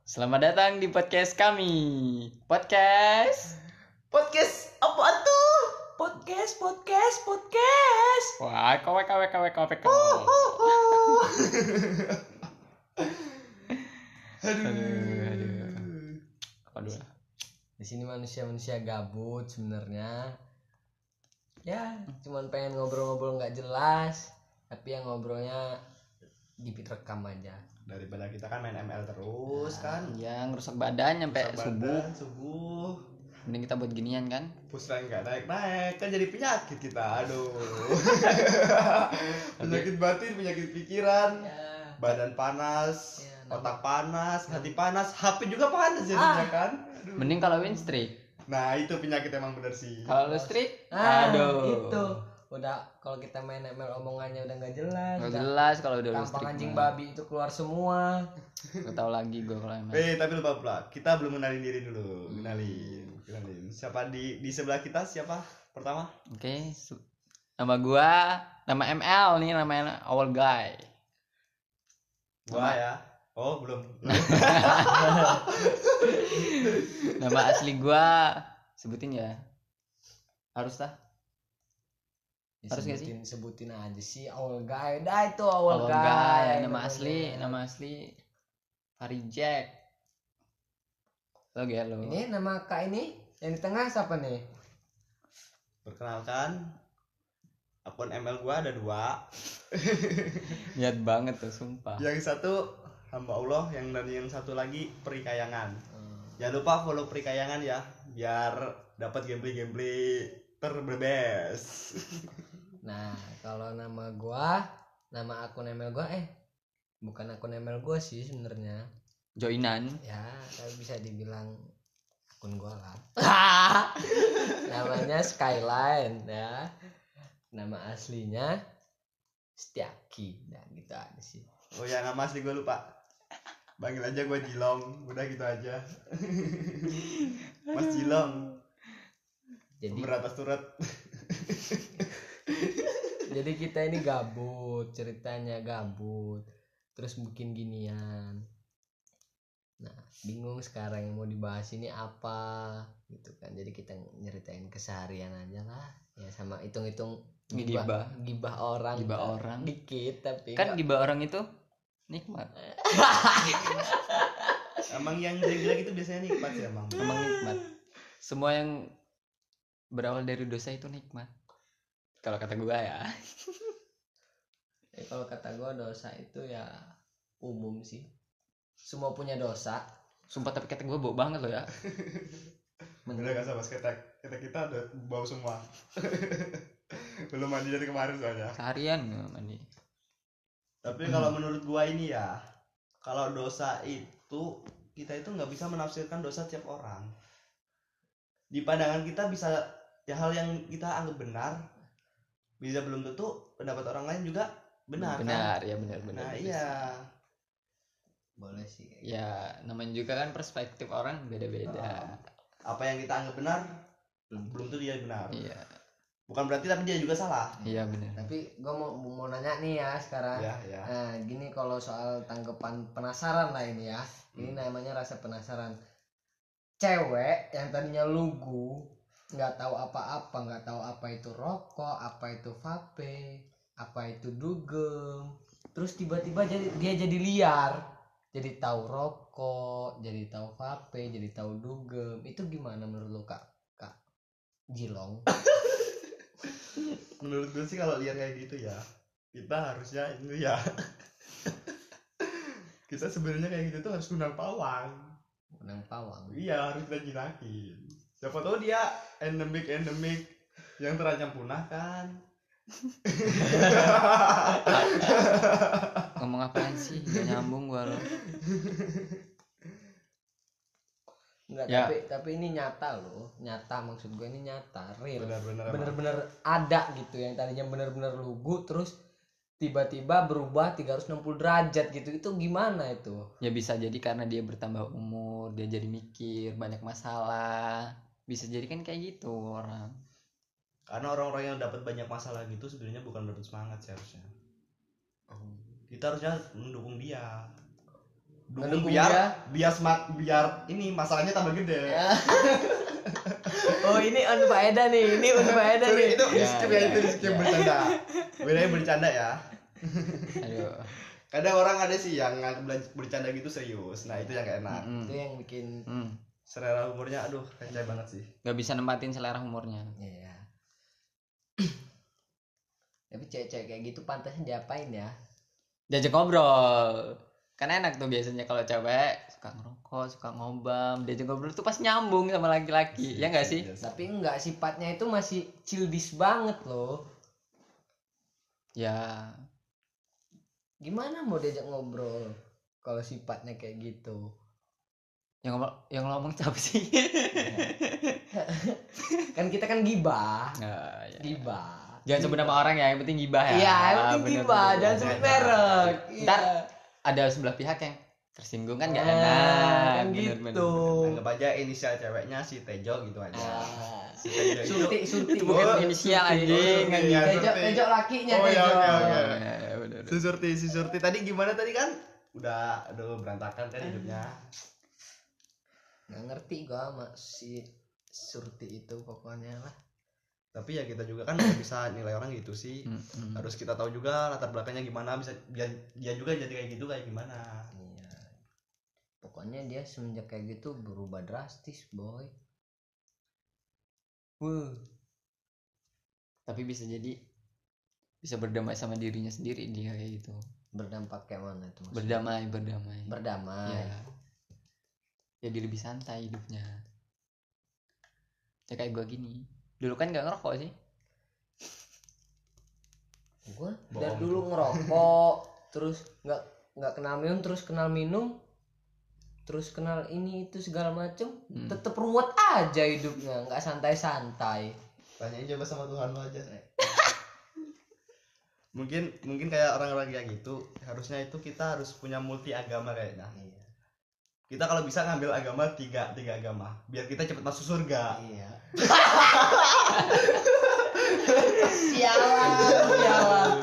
Selamat datang di podcast kami. Podcast Apa tuh? Podcast. Wah, kowe. Aduh. Aduh. Di sini manusia gabut sebenarnya. Ya, cuman pengen ngobrol-ngobrol nggak jelas, tapi yang ngobrolnya rekam aja. Daripada kita kan main ML terus kan. Yang rusak badan sampai subuh. Mending kita buat ginian kan? Push rank nggak naik kan jadi penyakit kita. Aduh. Penyakit batin, penyakit pikiran, Ya. badan panas, Ya, otak panas, hati panas, HP juga panas jadinya kan. Aduh. Mending kalau win streak. Nah itu penyakit emang bener sih. Kalau lu streak, Aduh. Itu udah kalau kita main ML omongannya udah nggak jelas. nggak jelas kalau udah lu Tampang streak. anjing babi itu keluar semua. Gak tau lagi gue kalau emang. Tapi lupa pula, kita belum kenalin diri dulu. Kenalin. Siapa di sebelah kita siapa pertama? Oke, nama ML nih, nama Our Guy. Gua ya. Oh belum. Nama asli gua sebutin ya. Harus lah. Harus nggak sih? Sebutin aja sih Awal Guy. Dah itu Awal Our Guy. Guy. Nama asli Farijek. Lo gelo. Ini nama Kak ini yang di tengah siapa nih? Perkenalkan, akun ML gua ada 2. Niat banget tuh sumpah. Yang satu hamba Allah, yang satu lagi Perikayangan. Jangan lupa follow Perikayangan ya, biar dapat gameplay terbebas. Nah, kalau nama akun ML gua bukan akun ML gua sih sebenarnya. Joinan. Ya, tapi bisa dibilang akun gua lah. Namanya Skyline ya. Nama aslinya Setiaki. Nah, gitu aja sih. Oh ya, nama asli gua lupa. Panggil aja gua Jilong, udah gitu aja. Mas Jilong. Jadi Beratas turut. Jadi kita ini gabut, ceritanya gabut. Terus bikin ginian. Nah, bingung sekarang yang mau dibahas ini apa gitu kan. Jadi kita nyeritain keseharian aja lah. Ya sama hitung-hitung gibah orang. Gibah kan. orang. Dikit tapi Kan gibah orang itu nikmat. Emang yang jelek-jelek itu biasanya nikmat sih emang. Emang nikmat. Semua yang berawal dari dosa itu nikmat. Kalau kata gua ya. kalau kata gua dosa itu ya umum sih. Semua punya dosa. Sumpah tapi kata gua bau banget loh ya. Udah gak sama kita udah bau semua. Belum mandi dari kemarin soalnya. Seharian nggak mandi. Tapi kalau menurut gua ini ya, kalau dosa itu kita itu nggak bisa menafsirkan dosa tiap orang. Di pandangan kita bisa ya hal yang kita anggap benar, bisa belum tentu pendapat orang lain juga benar. Benar kan? ya benar. Nah iya. Boleh sih. Ya namanya juga kan perspektif orang beda-beda. Apa yang kita anggap benar belum tentu dia benar. Iya. Bukan berarti tapi dia juga salah. Iya benar. Tapi gua mau nanya nih ya sekarang. Ya. Nah, gini kalau soal tanggapan penasaran lah ini ya. Ini namanya rasa penasaran. Cewek yang tadinya lugu, nggak tahu apa-apa, nggak tahu apa itu rokok, apa itu vape, apa itu dugem. Terus tiba-tiba dia jadi liar. Jadi tahu rokok, jadi tahu vape, jadi tahu dugem. Itu gimana menurut lo, Kak Jilong? Menurut gue sih kalau lihat kayak gitu ya, kita harusnya itu ya. Kita sebenarnya kayak gitu tuh harus undang pawang. Iya, harus kita jinakin. Siapa tahu dia endemik yang terancam punah kan. Ngomong apaan sih? Gak nyambung gua loh. Enggak, Ya. tapi ini nyata loh. Nyata maksud gue ini nyata, real. Benar-benar Ada gitu yang tadinya benar-benar lugu terus tiba-tiba berubah 360 derajat gitu. Itu gimana itu? Ya bisa jadi karena dia bertambah umur, dia jadi mikir banyak masalah. Bisa jadi kan kayak gitu orang. Karena orang-orang yang dapat banyak masalah gitu sebenarnya bukan berarti semangat sih harusnya. Kita harusnya mendukung dia. dukung Ngedukung biar ini masalahnya tambah gede. Oh ini unfaedah nih, ini unfaedah nih. Itu Ya, skip ya, ya, itu skip ya. bercanda. Bedanya bercanda ya. Aduh. Kadang orang ada sih yang nganggep bercanda gitu serius. Nah, itu yang gak enak. Itu yang bikin Selera humornya aduh kacau banget sih. Gak bisa nempatin selera humornya. ya. Tapi cewek-cewek kayak gitu pantasnya diapain ya? Diajak ngobrol. Kan enak tuh biasanya kalau cewek suka ngerokok, suka ngobam, diajak ngobrol tuh pas nyambung sama laki-laki. Ya enggak sih? Tapi enggak, sifatnya itu masih childish banget loh. Ya, Gimana mau diajak ngobrol kalau sifatnya kayak gitu? yang ngomong siapa sih? Kan kita kan gibah. Nah, ya. Gibah. Jangan sebut nama orang ya, yang penting gibah ya. Iya, yang penting Bener, gibah, bener, jangan bener. sebut merek. Ntar Iya. ada sebelah pihak yang tersinggung kan gak Ah, enak. kan Bener, gitu. Anggap aja inisial ceweknya si Tejo gitu aja. Ah. Si Tejo itu Surti. Itu bukan Oh, inisial Surti. anjing. Oh, anjing. iya. Tejo, Surti. Tejo lakinya Oh, iya, Tejo. oke, oke. Ya, bener. si Surti tadi gimana tadi kan? Udah aduh berantakan kan hidupnya. Nggak ngerti gua sama si Surti itu pokoknya lah. Tapi ya kita juga kan nggak bisa nilai orang gitu sih. Mm-mm. Harus kita tahu juga latar belakangnya gimana, bisa biar dia juga jadi kayak gitu kayak gimana. Iya. Pokoknya dia semenjak kayak gitu berubah drastis, boy. Tapi bisa jadi bisa berdamai sama dirinya sendiri dia kayak gitu. Berdampak kayak mana itu maksudnya? Berdamai. Berdamai. Ya. Jadi lebih santai hidupnya. Ya kayak gua gini. Dulu kan gak ngerokok sih. Gua Bohong dari tuh. dulu ngerokok, terus nggak kenal minum, terus kenal minum, terus kenal ini itu segala macem, tetep ruwet aja hidupnya, nggak santai-santai. Tanyain coba sama Tuhan lo aja. mungkin kayak orang-orang kayak gitu, harusnya itu kita harus punya multi agama kayaknya. Iya. Kita kalau bisa ngambil agama tiga agama biar kita cepet masuk surga. Iya. Sialan.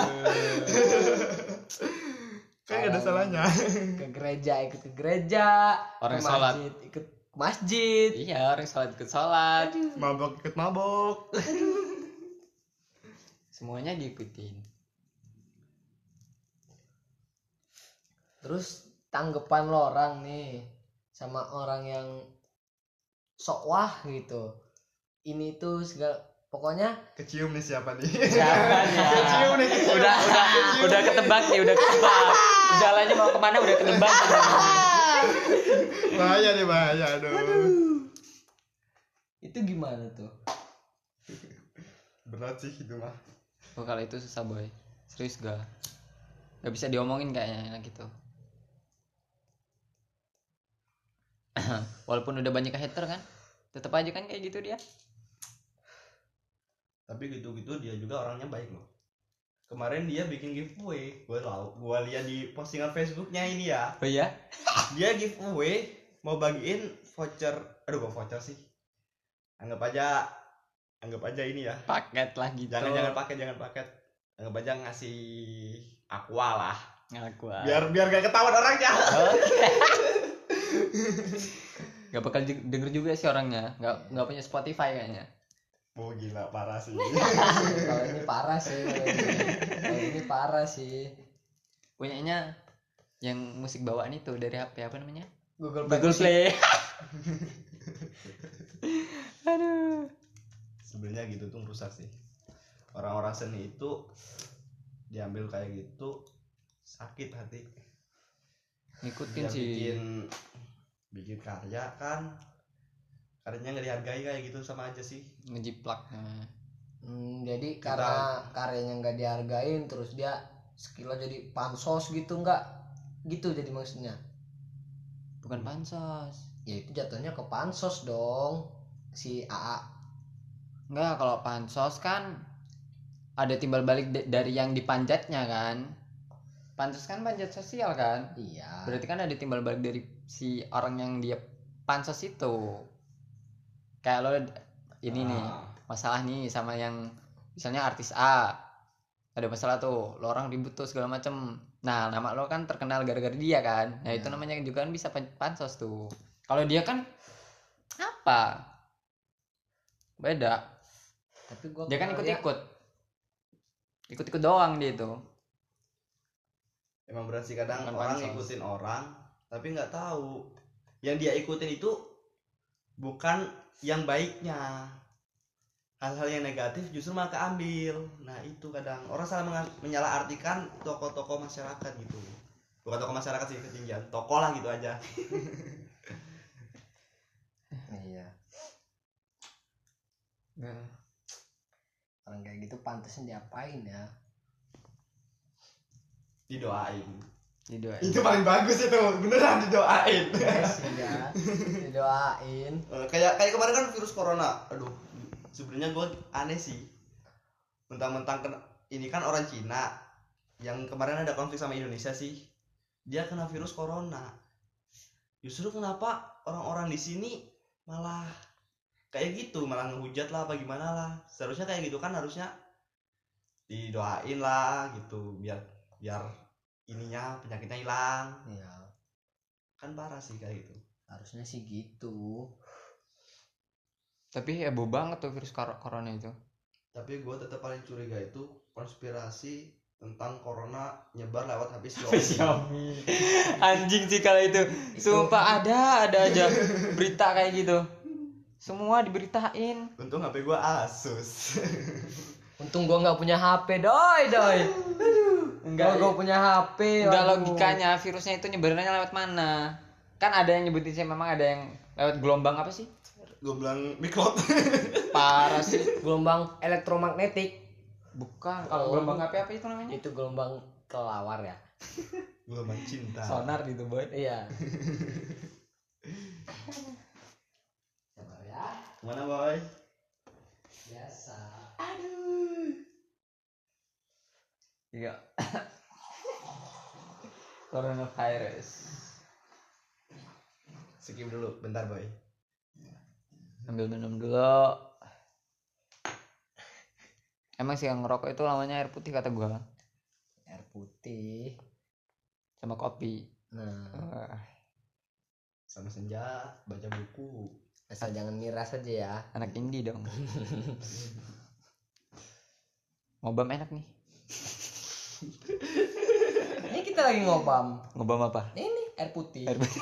Kan gak ada salahnya. Ke gereja ikut ke gereja, Orang ke sholat. masjid ikut masjid. Iya, orang sholat ikut sholat. Mabok ikut mabok. Semuanya diikutin. Terus tanggapan lo orang nih sama orang yang sok wah gitu. Ini tuh segala pokoknya Kecium nih siapa nih? Jangan ya. Kecium nih. Udah ketebak nih, udah ketebak. Jalannya mau kemana udah ketebak. Bahaya nih, bahaya. Aduh. itu gimana tuh? Berat sih itu mah. Oh, kalau itu susah boy. Serius gak bisa diomongin kayaknya gitu. Walaupun udah banyak hater kan, tetap aja kan kayak gitu dia. Tapi gitu-gitu dia juga orangnya baik loh. Kemarin dia bikin giveaway, gue lihat di postingan Facebooknya ini ya. Oh iya? Dia giveaway mau bagiin voucher, aduh kok voucher sih. Anggap aja ini ya. Paket lah gitu. Jangan paket. Anggap aja ngasih aqua lah. Ngaku. Biar gak ketahuan orangnya. Gak bakal denger juga sih orangnya. Gak punya Spotify kayaknya. Oh gila, parah sih. Kalau ini parah sih. Kalau ini parah sih. Punyanya yang musik bawaan itu dari HP apa namanya? Google Google Play. Play. Aduh. Sebenarnya gitu tuh rusak sih. Orang-orang seni itu diambil kayak gitu sakit hati. Ngikutin Dia sih. bikin karya kan, karyanya nggak dihargai kayak gitu, sama aja sih. Ngejiplak. Jadi karena karyanya nggak dihargain, terus dia skillnya jadi pansos gitu, nggak gitu jadi maksudnya. Bukan pansos. Ya itu jatuhnya ke pansos dong si AA. Enggak, kalau pansos kan ada timbal balik dari yang dipanjatnya kan. Pansos kan panjat sosial kan. Iya. Berarti kan ada timbal balik dari si orang yang dia pansos itu. Kayak lo ini nih, masalah nih sama yang misalnya artis A. Ada masalah tuh, lo orang ribut tuh segala macem. Nah, nama lo kan terkenal gara-gara dia kan. Nah, itu namanya juga kan bisa pansos tuh. Kalau dia kan apa? Beda. Tapi gua Dia kan kalau ikut-ikut. Ikut-ikut doang dia itu. Emang berat sih kadang Bukan orang pansos. ngikutin orang tapi nggak tahu yang dia ikutin itu bukan yang baiknya, hal-hal yang negatif justru malah keambil. Nah itu kadang orang salah menyalahartikan tokoh-tokoh masyarakat gitu, bukan tokoh masyarakat sih, ketinggian tokoh lah gitu aja. iya orang kayak gitu pantasnya diapain ya? Didoain. Didoain. Itu paling bagus itu, beneran didoain. Yes, iya didoain. Kayak kemarin kan virus corona, aduh sebenarnya gue aneh sih, mentang-mentang ini kan orang Cina yang kemarin ada konflik sama Indonesia sih, dia kena virus corona. Justru kenapa orang-orang di sini malah kayak gitu, malah ngehujat lah apa gimana lah. Seharusnya kayak gitu kan, harusnya didoain lah gitu biar ininya penyakitnya hilang. Iya Kan parah sih kayak gitu. harusnya sih gitu. Tapi heboh banget tuh virus corona itu. Tapi gue tetap paling curiga itu konspirasi tentang corona nyebar lewat HP Xiaomi. Anjing sih kalau itu. Sumpah ada aja berita kayak gitu. Semua diberitain. Untung HP gue Asus. Untung gua nggak punya HP doi. Kalau gua punya HP Enggak waduh. logikanya virusnya itu nyebarannya lewat mana? Kan ada yang nyebutin sih, memang ada yang lewat gelombang apa sih? Gue bilang mikrot. Parah sih. Gelombang elektromagnetik. Bukan, kalau gelombang apa itu namanya? Itu gelombang kelawar ya. Gelombang cinta. Sonar gitu, boy. Iya. Mana boy? Biasa. Iya. Coronavirus. Skip dulu, bentar boy. Ambil minum dulu. Emang sih yang ngerokok itu namanya air putih kata gua. Air putih. Sama kopi. Nah, Wah, Sama senja, baca buku. asal jangan miras aja ya. anak indie dong. Ngobam enak nih. Ini kita lagi ngobam. Ngobam apa? Ini air putih. Air putih.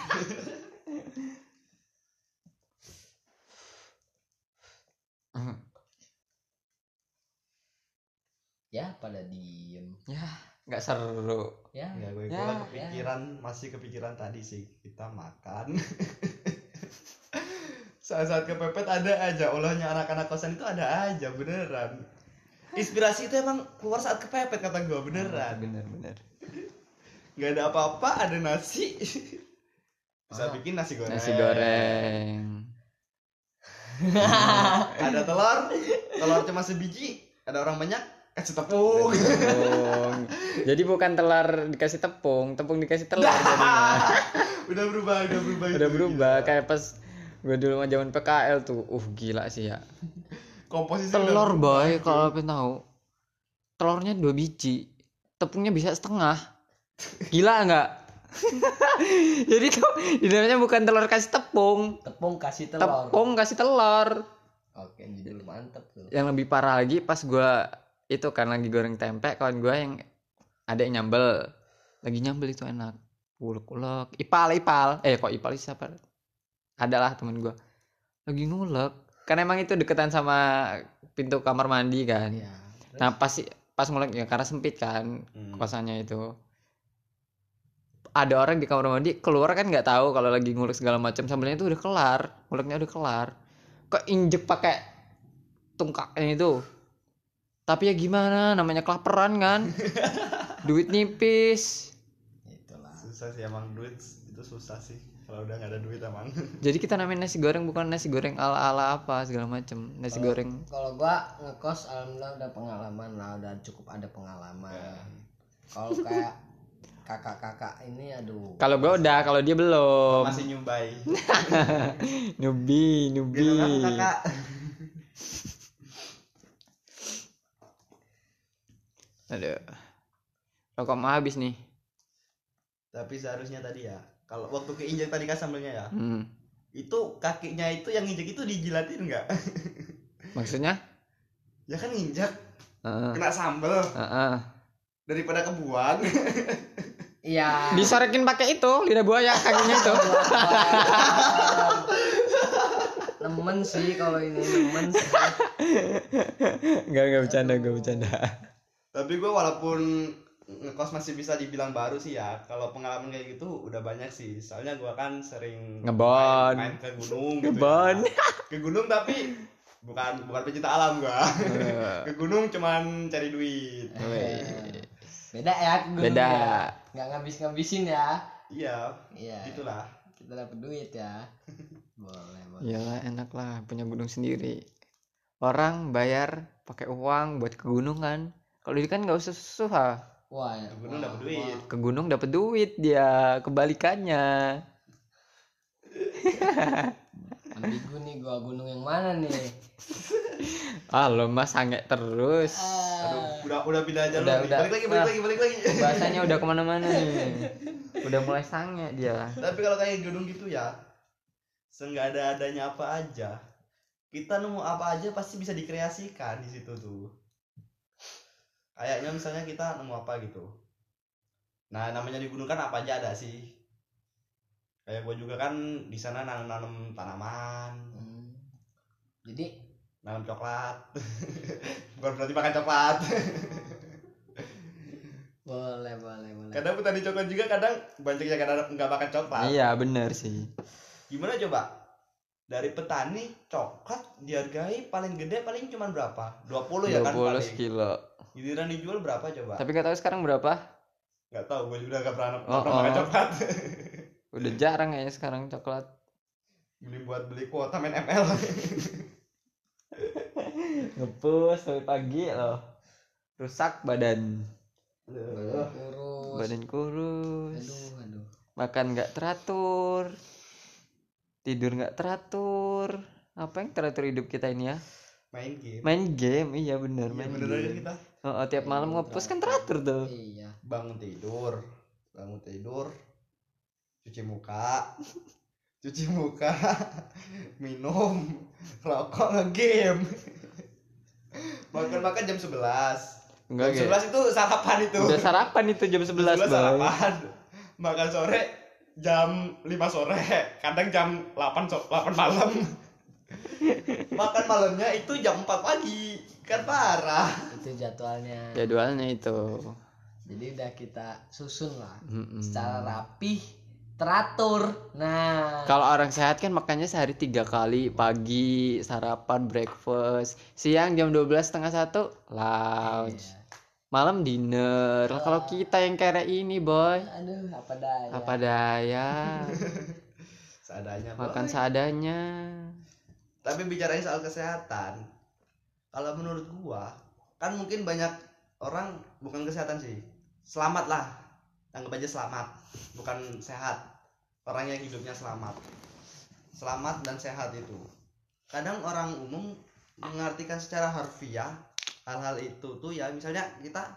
Ya, pada diem. Ya, nggak seru. Ya. Enggak, gue Ya, lagi kepikiran, masih kepikiran tadi sih kita makan. Saat-saat kepepet ada aja olahnya anak-anak kosan itu, ada aja beneran. Inspirasi itu emang keluar saat kepepet kata gue, beneran. Bener. Nggak ada apa-apa, ada nasi. Bisa bikin nasi goreng. Nasi goreng. Ada telur cuma sebiji, ada orang banyak kasih tepung. Tepung. Jadi bukan telur dikasih tepung dikasih telur jadinya. Udah berubah Udah berubah kayak pas gue dulu mah zaman PKL tuh. Gila sih ya. Komposisi udah Telur berubah, boy, cuy. kalau pengen tahu. Telurnya 2 biji. Tepungnya bisa setengah. Gila enggak? Jadi tuh di dalamnya bukan telur kasih tepung. Tepung kasih telur. Tepung kasih telur. Oke, judul mantep tuh. Yang lebih parah lagi pas gue itu kan lagi goreng tempe, kawan gue yang ada yang nyambel, lagi nyambel itu enak, ulek ipal kok ipal sih, siapa adalah temen gue lagi ngulek kan, emang itu deketan sama pintu kamar mandi kan. Iya. Nah pas ngulek ya karena sempit kan kosannya itu, ada orang di kamar mandi keluar kan, nggak tahu kalau lagi ngulek segala macam, sambelnya itu udah kelar, nguleknya udah kelar, kok injek pakai tungkaknya itu. Tapi ya gimana, namanya kelaparan kan. Duit nipis. Itulah. Susah sih emang, duit itu susah sih kalau udah nggak ada duit emang. Jadi kita namain nasi goreng bukan nasi goreng ala-ala apa segala macam. Nasi goreng. Kalau gua ngekos alhamdulillah udah pengalaman lah, udah cukup ada pengalaman. Kalau kayak kakak-kakak ini aduh. Kalau gua udah, kalau dia belum. Masih nyumbai. Nubi. Gendong aku kakak. Aduh. Rokok mau habis nih. Tapi seharusnya tadi ya, kalau waktu keinjek tadi kan sambelnya ya, Hmm. itu kakinya itu yang injek itu dijilatin nggak? Maksudnya? Ya kan injek, Heeh. kena sambel Heeh. daripada kebuang. Iya. Disorekin pakai itu lidah buaya kakinya itu. Nemen sih kalau ini, nemen sih. Enggak bercanda. Tapi gue walaupun ngekos masih bisa dibilang baru sih ya, kalau pengalaman kayak gitu udah banyak sih. Soalnya gue kan sering Ngebon. main ke gunung gitu Ngebon. ya. Ke gunung tapi bukan pecinta alam gue. Ke gunung cuman cari duit. Beda ya, gunung Beda. ya. Nggak ngabis-ngabisin ya. Iya, Iya. gitulah. Kita dapat duit ya. Boleh. Iyalah enak lah punya gunung sendiri. Orang bayar pakai uang buat ke gunung kan. Kalau ini kan nggak usah susah. Wah, ya. Ke gunung dapat duit. Ke gunung dapat duit dia kebalikannya. Ambigu nih, gua gunung yang mana nih? Ah lo mas sange terus. Aduh, udah pindah aja Udah, lu. udah. Balik lagi. Bahasanya udah kemana-mana nih. Udah mulai sange dia. Tapi kalau kayak gunung gitu ya, seenggak adanya apa aja, kita nemu apa aja pasti bisa dikreasikan di situ tuh. Kayaknya misalnya kita nemu apa gitu. Nah, namanya di gunung kan apa aja ada sih. Kayak gue juga kan di sana nanam tanaman, Jadi nanam coklat. Bukan berarti makan coklat. boleh. Kadang petani coklat juga kadang banyak yang kadang nggak makan coklat. Iya bener sih. Gimana coba? Dari petani coklat dihargai paling gede paling cuma berapa? 20 ya kan 20 paling. kilo. Giliran dijual berapa coba? Tapi nggak tahu sekarang berapa? Nggak tahu, gue juga nggak pernah Oh, makan oh. coklat. Udah jarang kayaknya sekarang coklat. beli kuota main ML. Ngepus dari pagi loh. Rusak badan. kurus. Badan kurus. Aduh. Makan nggak teratur. Tidur nggak teratur. Apa yang teratur hidup kita ini ya? Main game. Main game, iya bener. Iya Main bener aja game. kita. Tiap malam ngepus kan teratur tuh. Iya. Bangun tidur, cuci muka, minum, rokok, ngegame. Makan jam 11. Enggak, Jam 11 itu sarapan itu. Udah sarapan itu jam 11 bang. Sarapan. Makan sore jam 5 sore, kadang jam 8 malam. Makan malamnya itu jam 4 pagi. Kan parah. Itu jadwalnya. Jadwalnya itu. Jadi udah kita susun lah. Mm-mm. Secara rapih, teratur. Nah, Kalau orang sehat kan makannya sehari 3 kali, pagi sarapan, breakfast, siang jam 12:30 lunch, iya. malam dinner. Kalau kita yang kayak ini boy, Aduh, apa daya. apa daya, Seadanya. makan Boy. seadanya. Tapi bicarain soal kesehatan, kalau menurut gua kan mungkin banyak orang bukan kesehatan sih, selamat lah, anggap aja selamat, bukan sehat. Orang yang hidupnya selamat dan sehat itu kadang orang umum mengartikan secara harfiah hal-hal itu tuh ya, misalnya kita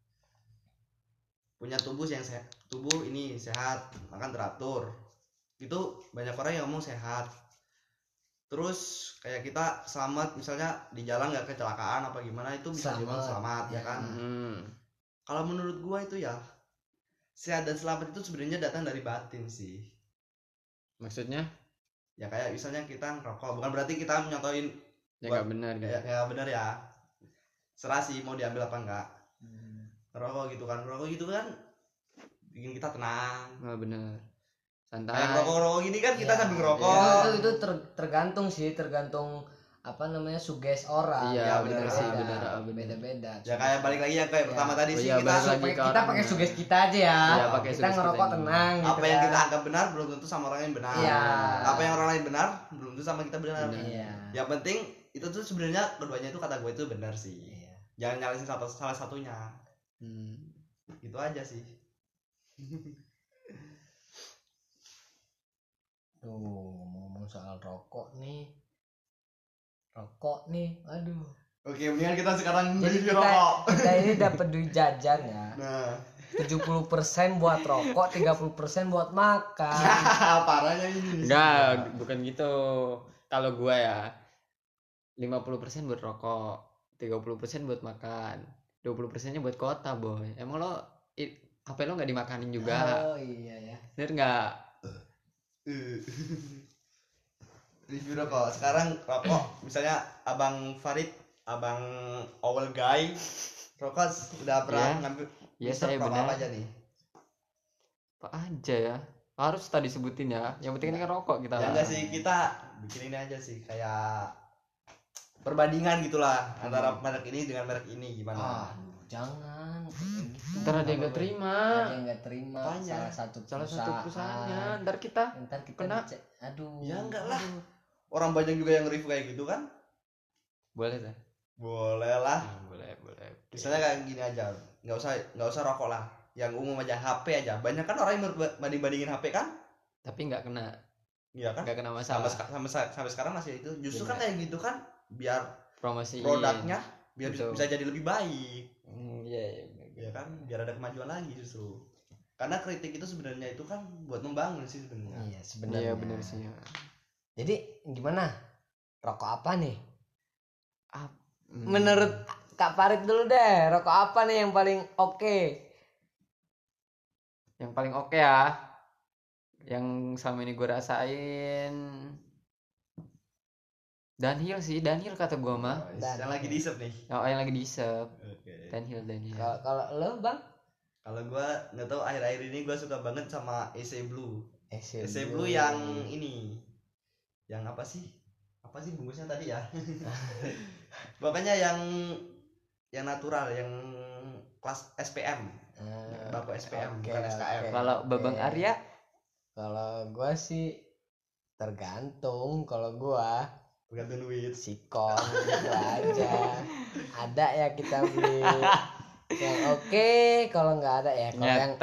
punya tubuh yang sehat, tubuh ini sehat, makan teratur, itu banyak orang yang ngomong sehat. Terus kayak kita selamat, misalnya di jalan nggak kecelakaan apa gimana, itu bisa dibilang selamat ya kan. Kalau menurut gua itu ya, sehat dan selamat itu sebenarnya datang dari batin sih. Maksudnya? Ya kayak misalnya kita ngerokok, bukan berarti kita nyontoin Ya nggak benar gitu. ya benar ya. Serah sih mau diambil apa enggak. Ngerokok gitu kan bikin kita tenang. Nggak benar. Santai. Kayak ngerokok gini kan kita Ya, sambil ngerokok. Itu tergantung sih, tergantung apa namanya suges orang. Iya, Ya, benar benar. sih, benar. Beda-beda. Ya kayak balik lagi ya kayak pertama tadi Oh sih iya, kita balik lagi ke kita pakai orangnya. suges kita aja ya. Iya, pakai Kita suges ngerokok kita ini. tenang gitu. apa yang kita anggap benar belum tentu sama orang lain benar. Iya. Apa yang orang lain benar belum tentu sama kita benar. Iya. Yang penting itu tuh sebenarnya keduanya itu kata gue itu benar sih. Iya. Jangan nyalahin salah satunya. Itu aja sih. Tuh, ngomong soal rokok nih. Aduh. Oke, mendingan kita sekarang Jadi review rokok. kita ini dapat duit jajan ya. Nah, 70% buat rokok, 30% buat makan. Parahnya ini. Enggak, bukan gitu. Kalau gua ya 50% buat rokok, 30% buat makan, 20%-nya buat kota, boy. Emang lo HP lo nggak dimakanin juga? Oh iya ya. Bener nggak? Review rokok. Sekarang rokok, misalnya Abang Farid, Abang Owl Guy, rokok udah pernah ngambil. Iya, Mister saya rokok benar. apa aja nih? Apa aja ya? Harus tadi sebutin ya. Yang penting kan rokok kita. Ya enggak sih, kita bikin ini aja sih, kayak perbandingan gitulah antara merek ini dengan merek ini gimana. Jangan kayak gitu. Ntar ada yang nggak terima. Ada yang nggak terima. Apanya? Salah satu perusahaannya. Ntar kita kena. Aduh. Ya enggak lah. Orang banyak juga yang review kayak gitu kan? Boleh dah. Boleh lah. Boleh. Misalnya kayak gini aja, nggak usah rokok lah, yang umum aja, HP aja. Banyak kan orang yang bandingin HP kan? Tapi nggak kena. Iya kan? Nggak kena masalah. Sampai sekarang masih itu. Justru kan Bener. kayak gitu kan, biar Promosiin. produknya biar Betul. bisa jadi lebih baik. Iya. Ya kan, biar ada kemajuan lagi justru. Karena kritik itu sebenarnya itu kan buat membangun sih sebenarnya. Iya sebenarnya. Iya benar sih. Ya. Jadi gimana? Rokok apa nih? Hmm. Menurut Kak Farid dulu deh, rokok apa nih yang paling oke? Yang paling oke ya, yang selama ini gue rasain Dunhill sih, Dunhill kata gue mah. Yang lagi diisep nih. Oh, yang lagi diisep. Oke. Dunhill. Kalau lo bang? Kalau gua nggak tahu akhir-akhir ini gua suka banget sama EC Blue. EC Blue yang ini. Yang apa sih? Apa sih bungkusnya tadi ya? Pokoknya yang natural, yang kelas SPM. Baku SPM, bukan SKM. Kalau Babang Arya? Kalau gua sih tergantung. Kalau gua Tergantung duit. sikon gitu aja. Ada ya kita beli yang oke, kalau nggak ada ya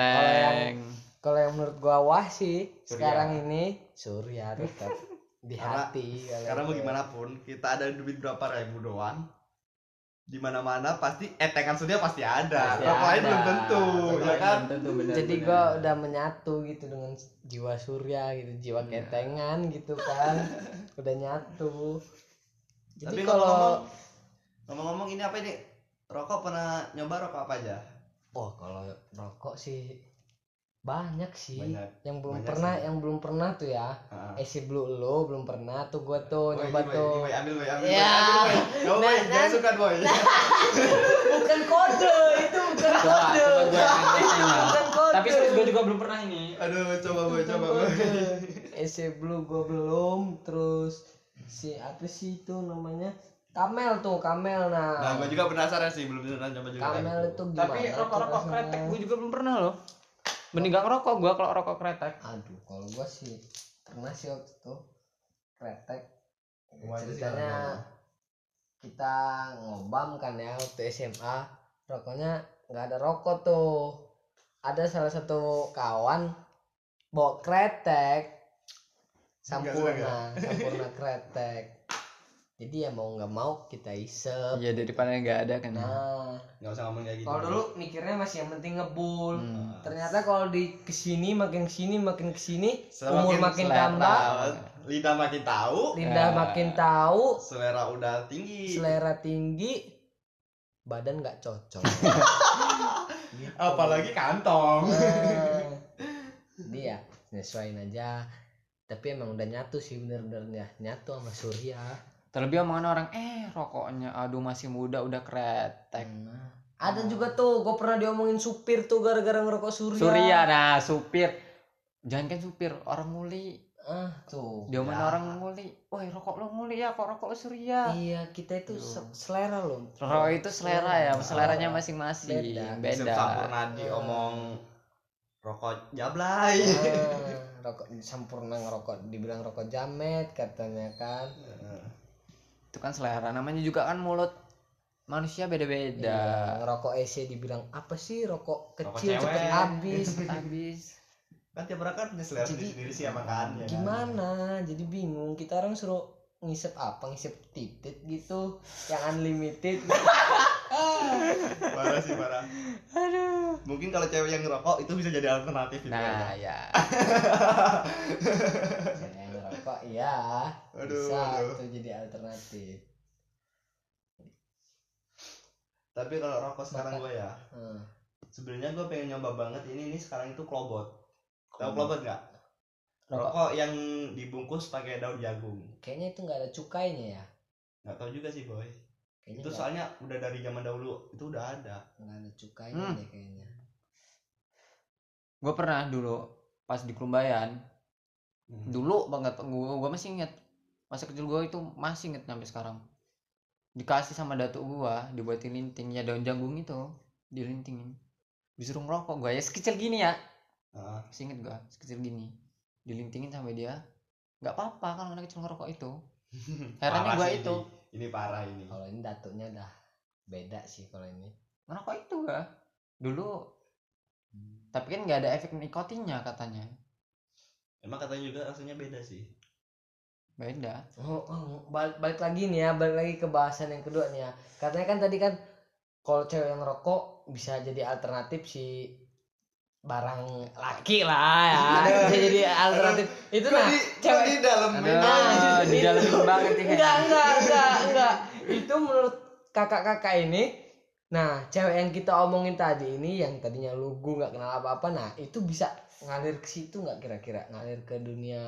kalau yang menurut gua wah sih Surya. sekarang ini Surya tetap di hati. Karena mau gimana pun kita ada duit berapa ribu doang, di mana-mana pasti etengan Surya pasti ada. Pasti Rokok lain ada. belum tentu, Rokok ya lain kan? belum tentu, benar, Jadi benar. gua udah menyatu gitu dengan jiwa Surya gitu, jiwa ketengan gitu kan, udah nyatu. Jadi Tapi kalau ngomong-ngomong ini apa ini? Rokok pernah nyoba rokok apa aja? kalau rokok sih banyak sih. Banyak. Yang Banyak belum pernah tuh ya. Heeh. EC Blue lo belum pernah tuh gua tuh nyoba tuh. Ambil Ya. jangan suka boy. Bukan kode, itu bukan Coba kode. gue Bukan kode. Tapi serius gue juga belum pernah ini. Aduh, coba boy. EC Blue gua belum, terus si apa sih itu namanya? Camel Nah, nah. gue juga penasaran sih, belum pernah coba juga. Camel kayak itu gitu. gimana? Tapi tuh rokok-rokok rasanya? kretek gue juga belum pernah loh. Mending gak ngerokok gue kalau rokok kretek. Aduh, kalau gua sih pernah sih waktu itu kretek. Gimana sih Ceritanya kalau kita ngobam kan ya waktu SMA, rokoknya nggak ada rokok tuh. Ada salah satu kawan bawa kretek sampurna kretek. Jadi ya mau nggak mau kita isep. Iya, daripada nggak ada kan. Nah, nggak usah ngomong kayak gitu. kalau dulu mikirnya masih yang penting ngebul. Hmm. Ternyata kalau di kesini makin kesini, Semakin umur makin selera. tambah, Lidah makin tahu, lidah makin tahu, selera udah tinggi. selera tinggi, badan nggak cocok. Gitu. Apalagi kantong. Nah, jadi ya nyesuaiin aja. Tapi emang udah nyatu sih, bener-bener nyatu sama Surya. Terlebih omongan orang, rokoknya aduh masih muda udah kretek. Ada juga tuh, gue pernah diomongin supir tuh gara-gara ngerokok Surya. Surya, nah supir. Jangan kan supir, orang muli. Tuh. Diomongin Ya. orang muli. Woi, rokok lo muli ya, kok rokok Surya. Iya, kita itu selera loh. Rokok itu selera ya, seleranya masing-masing. Beda. Beda. Sempurna diomong rokok jablay. Rokok sempurna ngerokok, dibilang rokok jamet katanya kan. Itu kan selera, namanya juga kan mulut manusia beda-beda. Iya, ngerokok EC dibilang apa sih, rokok kecil cewek. cepet habis. Habis. Kan tiap orang kan punya selera Jadi, sendiri sih ya makannya. Gimana? Jadi bingung. Kita orang suruh ngisep apa, ngisep titit gitu yang unlimited. Parah sih, parah. Aduh. Mungkin kalau cewek yang ngerokok itu bisa jadi alternatif itu Nah, aja. ya. Saya ngerokok iya. Aduh, Bisa aduh. itu jadi alternatif. Tapi kalau rokok sekarang gue ya, Hmm. sebenarnya gue pengen nyoba banget ini sekarang itu klobot. Tahu klobot nggak? Rokok. Rokok yang dibungkus pakai daun jagung. Kayaknya itu nggak ada cukainya ya. Nggak tahu juga sih boy. Kayaknya Itu soalnya udah dari zaman dahulu itu udah ada. nggak ada cukainya deh kayaknya. Gue pernah dulu pas di Klumbayan. Dulu banget gue masih inget. Masa kecil gue itu masih inget sampai sekarang. Dikasih sama datuk gue, dibuatin linting ya daun jagung itu, dilintingin. Disuruh ngerokok gue ya sekecil gini ya. Masih inget gue, sekecil gini. Dilintingin sampai dia nggak apa-apa kalau anak kecil ngerokok itu. Herannya gue itu. Ini parah ini. Kalau ini datuknya dah beda sih kalau ini. Ngerokok itu gak dulu. Tapi kan nggak ada efek nikotinnya katanya. Emang katanya juga rasanya beda sih. Beda. Balik lagi nih ya, balik lagi ke bahasan yang kedua nih ya. Katanya kan tadi kan kalau cewek yang ngerokok bisa jadi alternatif si barang laki lah ya. Bisa jadi alternatif. Itu nah, cewek di dalam Aduh, di dalam banget ya. enggak. Itu menurut kakak-kakak ini. Nah, cewek yang kita omongin tadi ini yang tadinya lugu nggak kenal apa-apa, nah itu bisa ngalir ke situ nggak kira-kira? Ngalir ke dunia.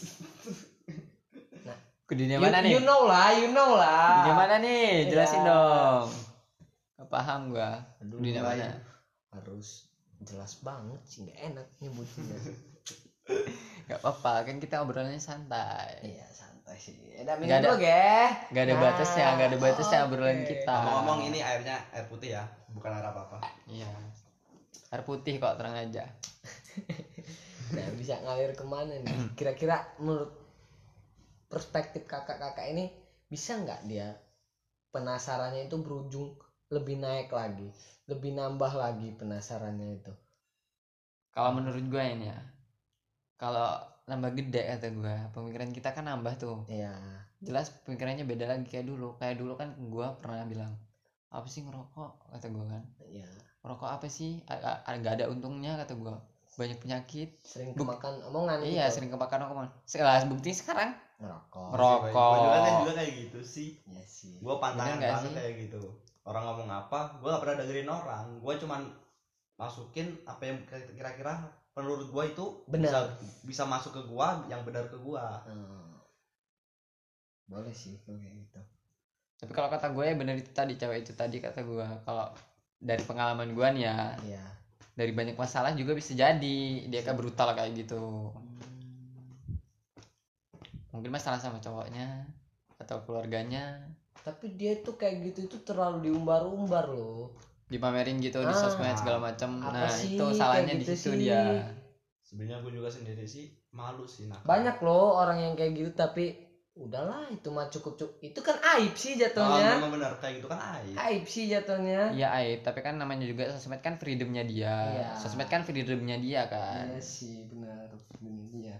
Nah, Ke dunia mana nih? You know lah. Dunia mana nih? Jelasin Iya. dong. Gak paham gua. Aduh, Dunia mana? Harus jelas banget sih, nggak enak nyebutinnya. Gak apa-apa, kan kita obrolannya santai. Iya santai sih. Ada minum Nggak ada- dulu ge. Gak ada batasnya, gak ada batasnya obrolan oke. kita. Ngomong-ngomong ini airnya air putih ya, bukan air apa-apa. Iya. Air putih kok, terang aja. Nah bisa ngalir kemana nih? Kira-kira menurut perspektif kakak-kakak ini bisa nggak dia penasarannya itu berujung lebih naik lagi, lebih nambah lagi penasarannya itu? Kalau menurut gua ini ya, kalau nambah gede kata gua, pemikiran kita kan nambah tuh. Iya. Jelas pemikirannya beda lagi kayak dulu. Kayak dulu kan gua pernah bilang, apa sih ngerokok, kata gua kan. Iya. Ngerokok apa sih? Gak ada untungnya, kata gua. Banyak penyakit. Sering kemakan omongan. Iya, gitu. sering kebakaran omongan. Sekarang buktinya sekarang Ngerokok. ngerokok. Gue juga kayak gitu sih. Iya sih. Gue pantangan Bener nggak banget sih? kayak gitu. Orang ngomong apa, gue gak pernah dengerin orang. Gue cuman masukin apa yang kira-kira menurut gue itu Benar. bisa masuk ke gue, yang benar ke gue. Boleh sih kalau kayak gitu. Tapi kalau kata gue ya bener itu tadi, cewek itu tadi kata gue. Kalau dari pengalaman gue nih ya, Iya. dari banyak masalah juga bisa jadi dia kayak brutal kayak gitu. Mungkin masalah sama cowoknya atau keluarganya, Tapi dia tuh kayak gitu itu terlalu diumbar-umbar loh. dipamerin gitu di sosmed segala macam. Apa Nah sih itu salahnya kayak di gitu situ sih? dia. Sebenarnya gue juga sendiri sih malu sih nak. Banyak loh orang yang kayak gitu tapi udahlah itu mah cukup. Itu kan aib sih Oh, jatuhnya. memang benar kayak gitu kan aib. Aib sih jatuhnya. Iya aib, tapi kan namanya juga sosmed kan freedomnya dia. Iya. Sosmed kan freedomnya dia kan. Iya sih benar. Iya.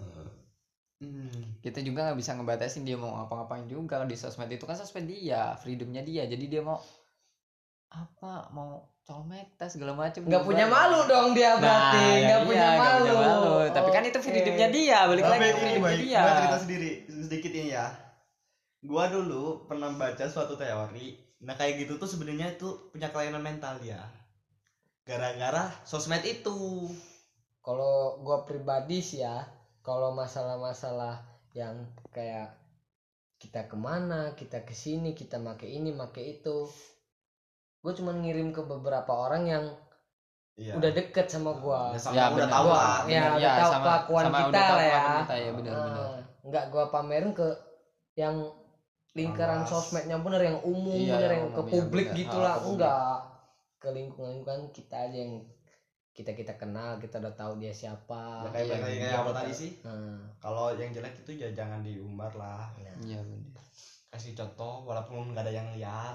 Kita juga nggak bisa ngebatasin dia mau ngapa-ngapain juga di sosmed. Itu kan sosmed dia, freedomnya dia. Jadi dia mau apa, mau colmek tas segala macam. Nggak punya malu dong dia berarti. Nah, Nggak iya, punya nggak malu. Tapi kan itu Oke. freedomnya dia, balik Tapi lagi ke ini freedomnya baik, dia. gue cerita sendiri sedikit ini ya. Gua dulu pernah baca suatu teori. Nah kayak gitu tuh sebenarnya itu punya kelainan mental dia. Gara-gara sosmed itu. Kalau gua pribadi sih ya, kalau masalah-masalah yang kayak kita kemana, kita kesini, kita make ini, make itu, gue cuma ngirim ke beberapa orang yang Iya. udah deket sama gua. Ya, sama Ya, udah bener. tahu lah. Ya, Bener, udah tahu kelakuan sama kita udah tahu lah ya. kelakuan kita, ya benar-benar. Nggak gua pamerin ke yang lingkaran Luas. sosmednya bener, yang umum, Iya, bener yang yang ke umum, iya, publik bener. gitu Ah, lah. ke publik. Enggak, ke lingkungan kita aja yang kita kenal, kita udah tahu dia siapa. Ya, kayak Iya, kayak iya, apa betul. tadi sih? Kalau yang jelek itu ya jangan diumbar lah. Iya benar. Kasih contoh walaupun nggak ada yang lihat.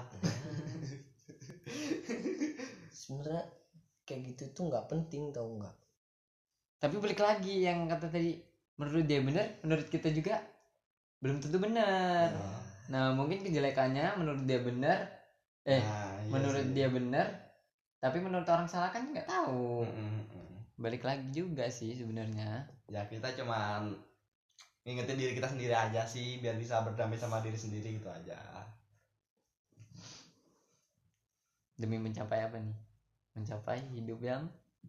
Sebenarnya kayak gitu tuh nggak penting, tau nggak? Tapi balik lagi yang kata tadi, menurut dia benar, menurut kita juga belum tentu benar. Nah. Nah, mungkin kejelekannya menurut dia benar, Nah, iya menurut sih. dia benar, tapi menurut orang salah kan nggak tahu. Mm-mm. Balik lagi juga sih sebenarnya. Ya kita cuman ngingetin diri kita sendiri aja sih biar bisa berdamai sama diri sendiri gitu aja. Demi mencapai apa nih? Mencapai hidup yang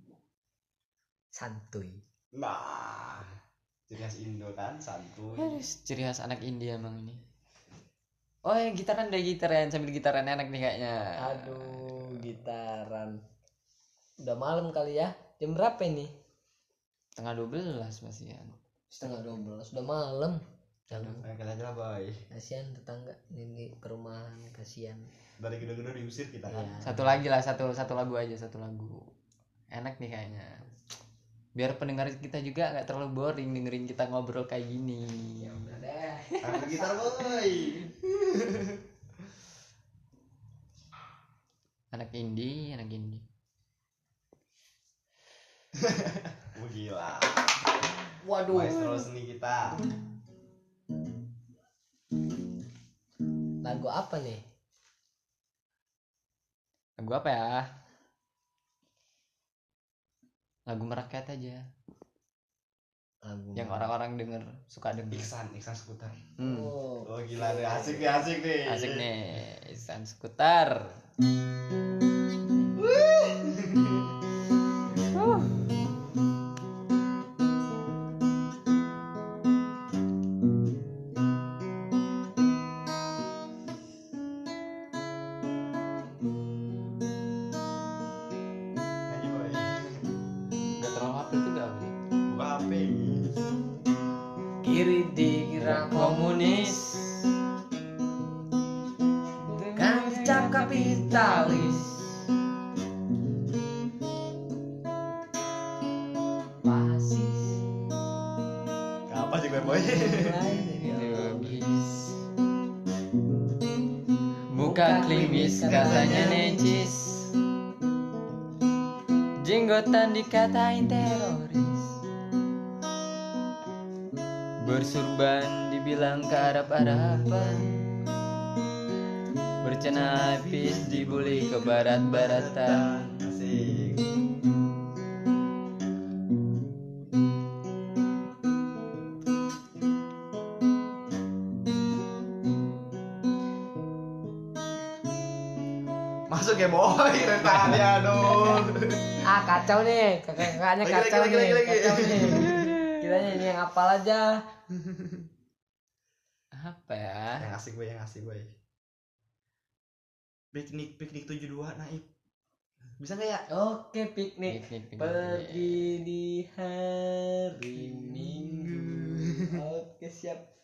santuy. Nah, ciri khas Indo kan santuy. harus ciri khas anak India emang ini. Oh ya gitaran deh, gitaran sambil gitaran enak nih kayaknya. Aduh, gitaran. Udah malam kali ya. Jam berapa ini? Tengah 12 masih kan. Setengah 12. Udah malam. Jangan Kita aja lah boy. kasihan tetangga ini perumahan, kasihan. Dari gedung-gedung diusir kita kan. Ya. Satu lagi lah, satu lagu aja, satu lagu. Enak nih kayaknya. Biar pendengar kita juga nggak terlalu boring dengerin kita ngobrol kayak gini. Ya udah deh. Ambil gitar boy. Anak indie. Gila. Waduh. Maestro seni kita. Lagu apa nih? Lagu apa ya? Lagu merakyat aja. Lagu Yang orang-orang suka denger. Iksan skuter. Oh. Oh gila nih, asik nih. Asik nih, Iksan Skuter. Nyanyi boy. Gak terlalu hafal juga apa nih? Buka HP. Kiri dikira komunis, kancah kapitalis. Fasis. Apa sih gue boy? Ideologis. Buka klimis katanya necis. Jenggotan dikatain teroris. Bersurban dibilang kearab-araban. Bercana habis dibully ke barat-baratan. Asik. Masuk ya boy, rentangannya aduh. Ah kacau nih, kakak-kakaknya Lagi, kacau lagi, nih, lagi. kacau nih. Kiranya ini yang hafal aja. Apa ya? Yang asik boy. Piknik 72 naik. Bisa nggak ya? Oke, piknik. Piknik. Pergi di hari Minggu. Oke, siap.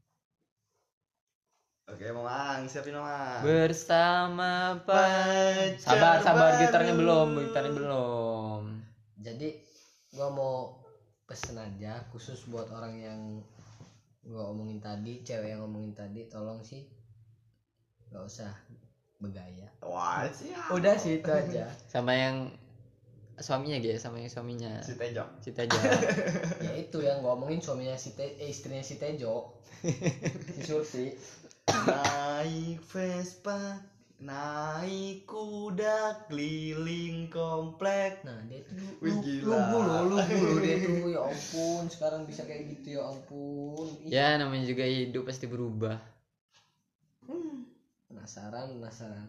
Oke, Mamang, siapin Mamang. Bersama Pacar sabar baru. gitarnya belum. Jadi gua mau pesen aja khusus buat orang yang gua omongin tadi, cewek yang ngomongin tadi, tolong sih nggak usah begaya. Wah, siap. Udah sih itu aja. Sama yang suaminya sama yang suaminya. Si Tejo. Cita aja. Ya itu yang gua omongin suaminya istrinya si Tejo. Si Surti. Naik Vespa, naik kuda keliling komplek. Nah, dia tuh Wih, gila. lugu loh dia tuh. Ya ampun, sekarang bisa kayak gitu ya ampun. Ih, Ya namanya juga hidup pasti berubah. penasaran.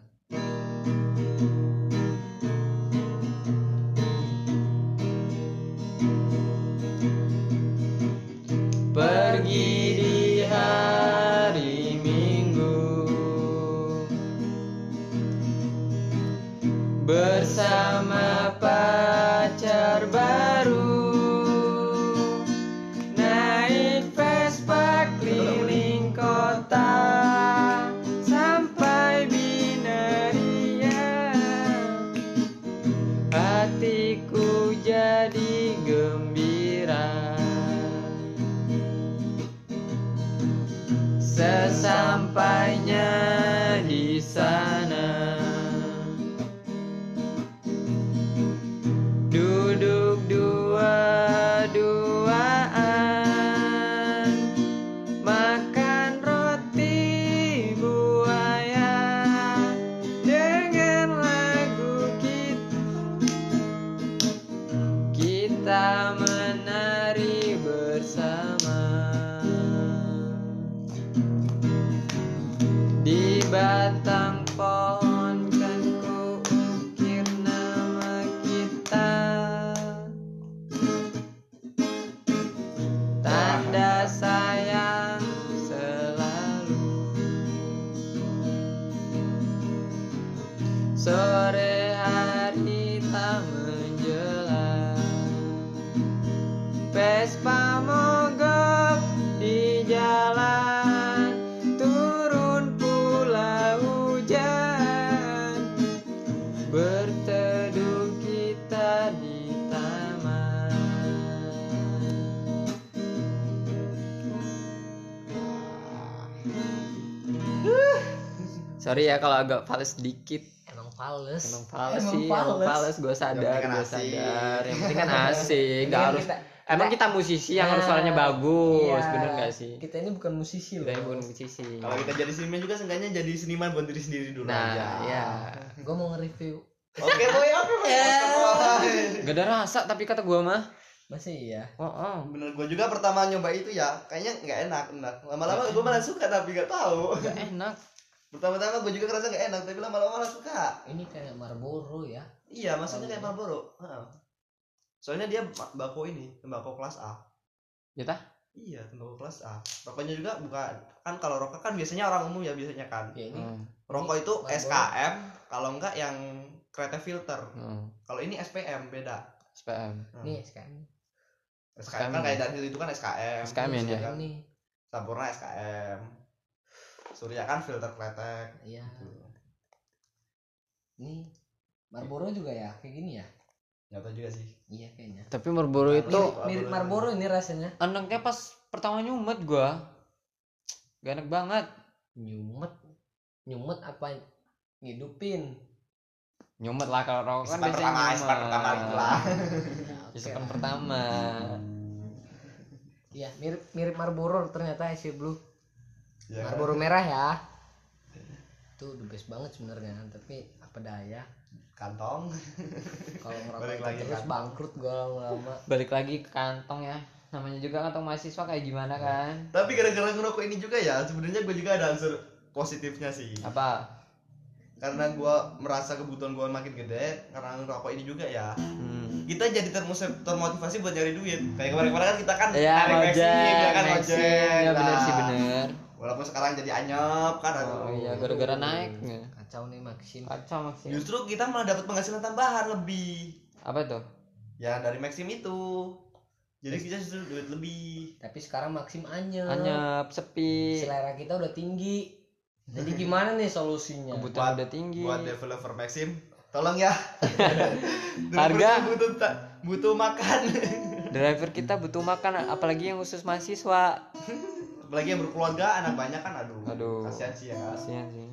Pergi di hari Minggu bersama pacar baru, naik Vespa keliling kota sampai Binaria. Hatiku jadi gembira sesampainya di sana. Duduk dua-duaan makan sayang selalu. Sore hari tak menjelang, Vespa mogok di jalan, turun pula hujan, berteduh kita di taman. Sorry ya kalau agak fals sedikit. Emang fales. Emang fals Emang sih, fals. emang fals. Gue sadar, Yang penting kan gue asik. sadar. Yang penting kan asik, Ini nggak kan harus. kita- Emang kita musisi yang harus suaranya bagus, Iya. bener nggak sih? Kita ini bukan musisi loh. Kita ini bukan musisi. Kalau kita jadi seniman juga seenggaknya jadi seniman buat diri sendiri dulu Nah, aja. ya. Gue mau nge-review. Oke boy, oke boy. Gak ada rasa tapi kata gue mah. Masih iya. Oh. Bener, gue juga pertama nyoba itu ya, kayaknya nggak enak. Lama-lama gue malah suka tapi nggak tahu. Gak enak. Pertama-tama gue juga ngerasa nggak enak, tapi lama-lama malah suka. Ini kayak Marlboro ya. Iya, maksudnya kayak Marlboro. Soalnya dia tembakau kelas A. Ya tah? Iya, tembakau kelas A. Rokoknya juga bukan, kan kalau rokok kan biasanya orang umum ya biasanya kan. Ya ini Rokok itu Marlboro. SKM, kalau enggak yang Creative Filter. Hmm. Kalau ini SPM beda. SPM. nih sekarang. SKM kan kayak dari itu kan SKM. SKM ya, Surya ya. kan Nih. Sampurna SKM. Surya kan filter kletek. Iya. Gitu. Nih. Marlboro juga ya kayak gini ya. Nggak tahu juga sih. Iya kayaknya. Tapi Marlboro itu Mirip Marlboro ini rasanya. enaknya pas pertama nyumet gua. Gak enak banget. Nyumet apa ngidupin? Nyumet lah kalau rokok kan Ispan biasanya pertama itulah. Ispan pertama. Iya, mirip Marlboro ternyata IC Blue. Ya. Marlboro merah ya. Itu the best banget sebenarnya, tapi apa daya Kantong. kalau ngerokok Balik itu lagi terus kan. bangkrut gua lama-lama. Balik lagi ke kantong ya. Namanya juga kantong mahasiswa kayak gimana kan? Tapi gara-gara ngerokok ini juga ya, sebenarnya gue juga ada unsur positifnya sih. Apa? Karena gue merasa kebutuhan gue makin gede karena ngerokok ini juga ya. Kita jadi termotivasi buat nyari duit. Kayak kemarin-kemarin kan kita kan Ya, narik ojek, Maxim, ya kan Maxim. ojek. Ya bener Nah, sih bener. Walaupun sekarang jadi anyep kan. Oh aduh. iya, gara-gara naik. Kacau nih Maxim. Kacau Maxim. Justru kita malah dapat penghasilan tambahan lebih. Apa tuh? Ya dari Maxim itu. Jadi kita justru duit lebih. Tapi sekarang Maxim anyep. Anyep, sepi. Selera kita udah tinggi. Jadi gimana nih solusinya? Kebutuhan udah tinggi. Buat developer Maxim, tolong ya. Harga. butuh makan. Driver kita butuh makan, apalagi yang khusus mahasiswa. Apalagi yang berkeluarga, anak banyak kan, Aduh. kasihan sih ya. Kasihan sih.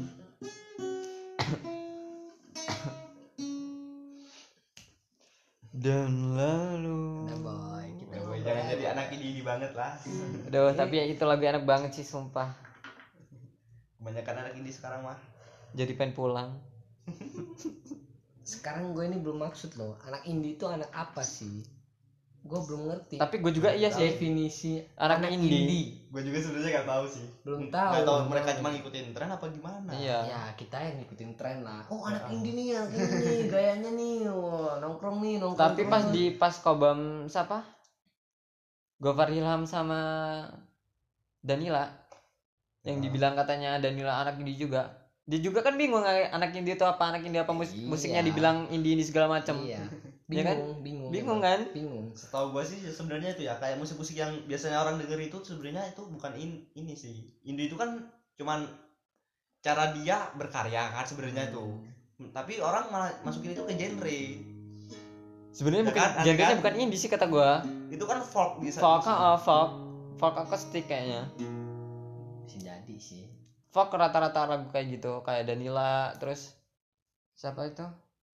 Dan lalu. Nah, boy, kita Ya, boy, jangan jadi anak ini banget lah. Aduh, tapi ya itu lagu enak banget sih sumpah. Kebanyakan anak ini sekarang mah. Jadi pengen pulang. sekarang gue ini belum maksud loh. Anak indie itu anak apa sih? Gue belum ngerti. Tapi gue juga iya sih. Definisi Anak indie. Gue juga sebenarnya nggak tahu sih. belum tahu. Nggak tahu mereka cuma ngikutin tren apa gimana. Iya. Ya kita yang ngikutin tren lah. Oh anak indie nih, anak indie nih, gayanya nih, oh, nongkrong nih, nongkrong. Tapi pas Kobam siapa? Gofar Ilham sama Danila. Yang dibilang katanya Danila anak indie juga. Dia juga kan bingung anak indie itu apa, anak indie apa musiknya dibilang indie segala macam. Iya. Ya kan? Bingung kan? Bingung. Setahu gue sih sebenarnya itu ya kayak musik-musik yang biasanya orang denger itu sebenarnya itu bukan ini sih. Indie itu kan cuman cara dia berkarya kan sebenarnya itu. Tapi orang malah masukin itu ke genre. Sebenarnya Ya bukan kan, genrenya kan? bukan indie sih kata gua. Itu kan folk bisa. Folk akustik kayaknya. Bisa jadi sih. Folk rata-rata lagu kayak gitu, kayak Danila, terus siapa itu?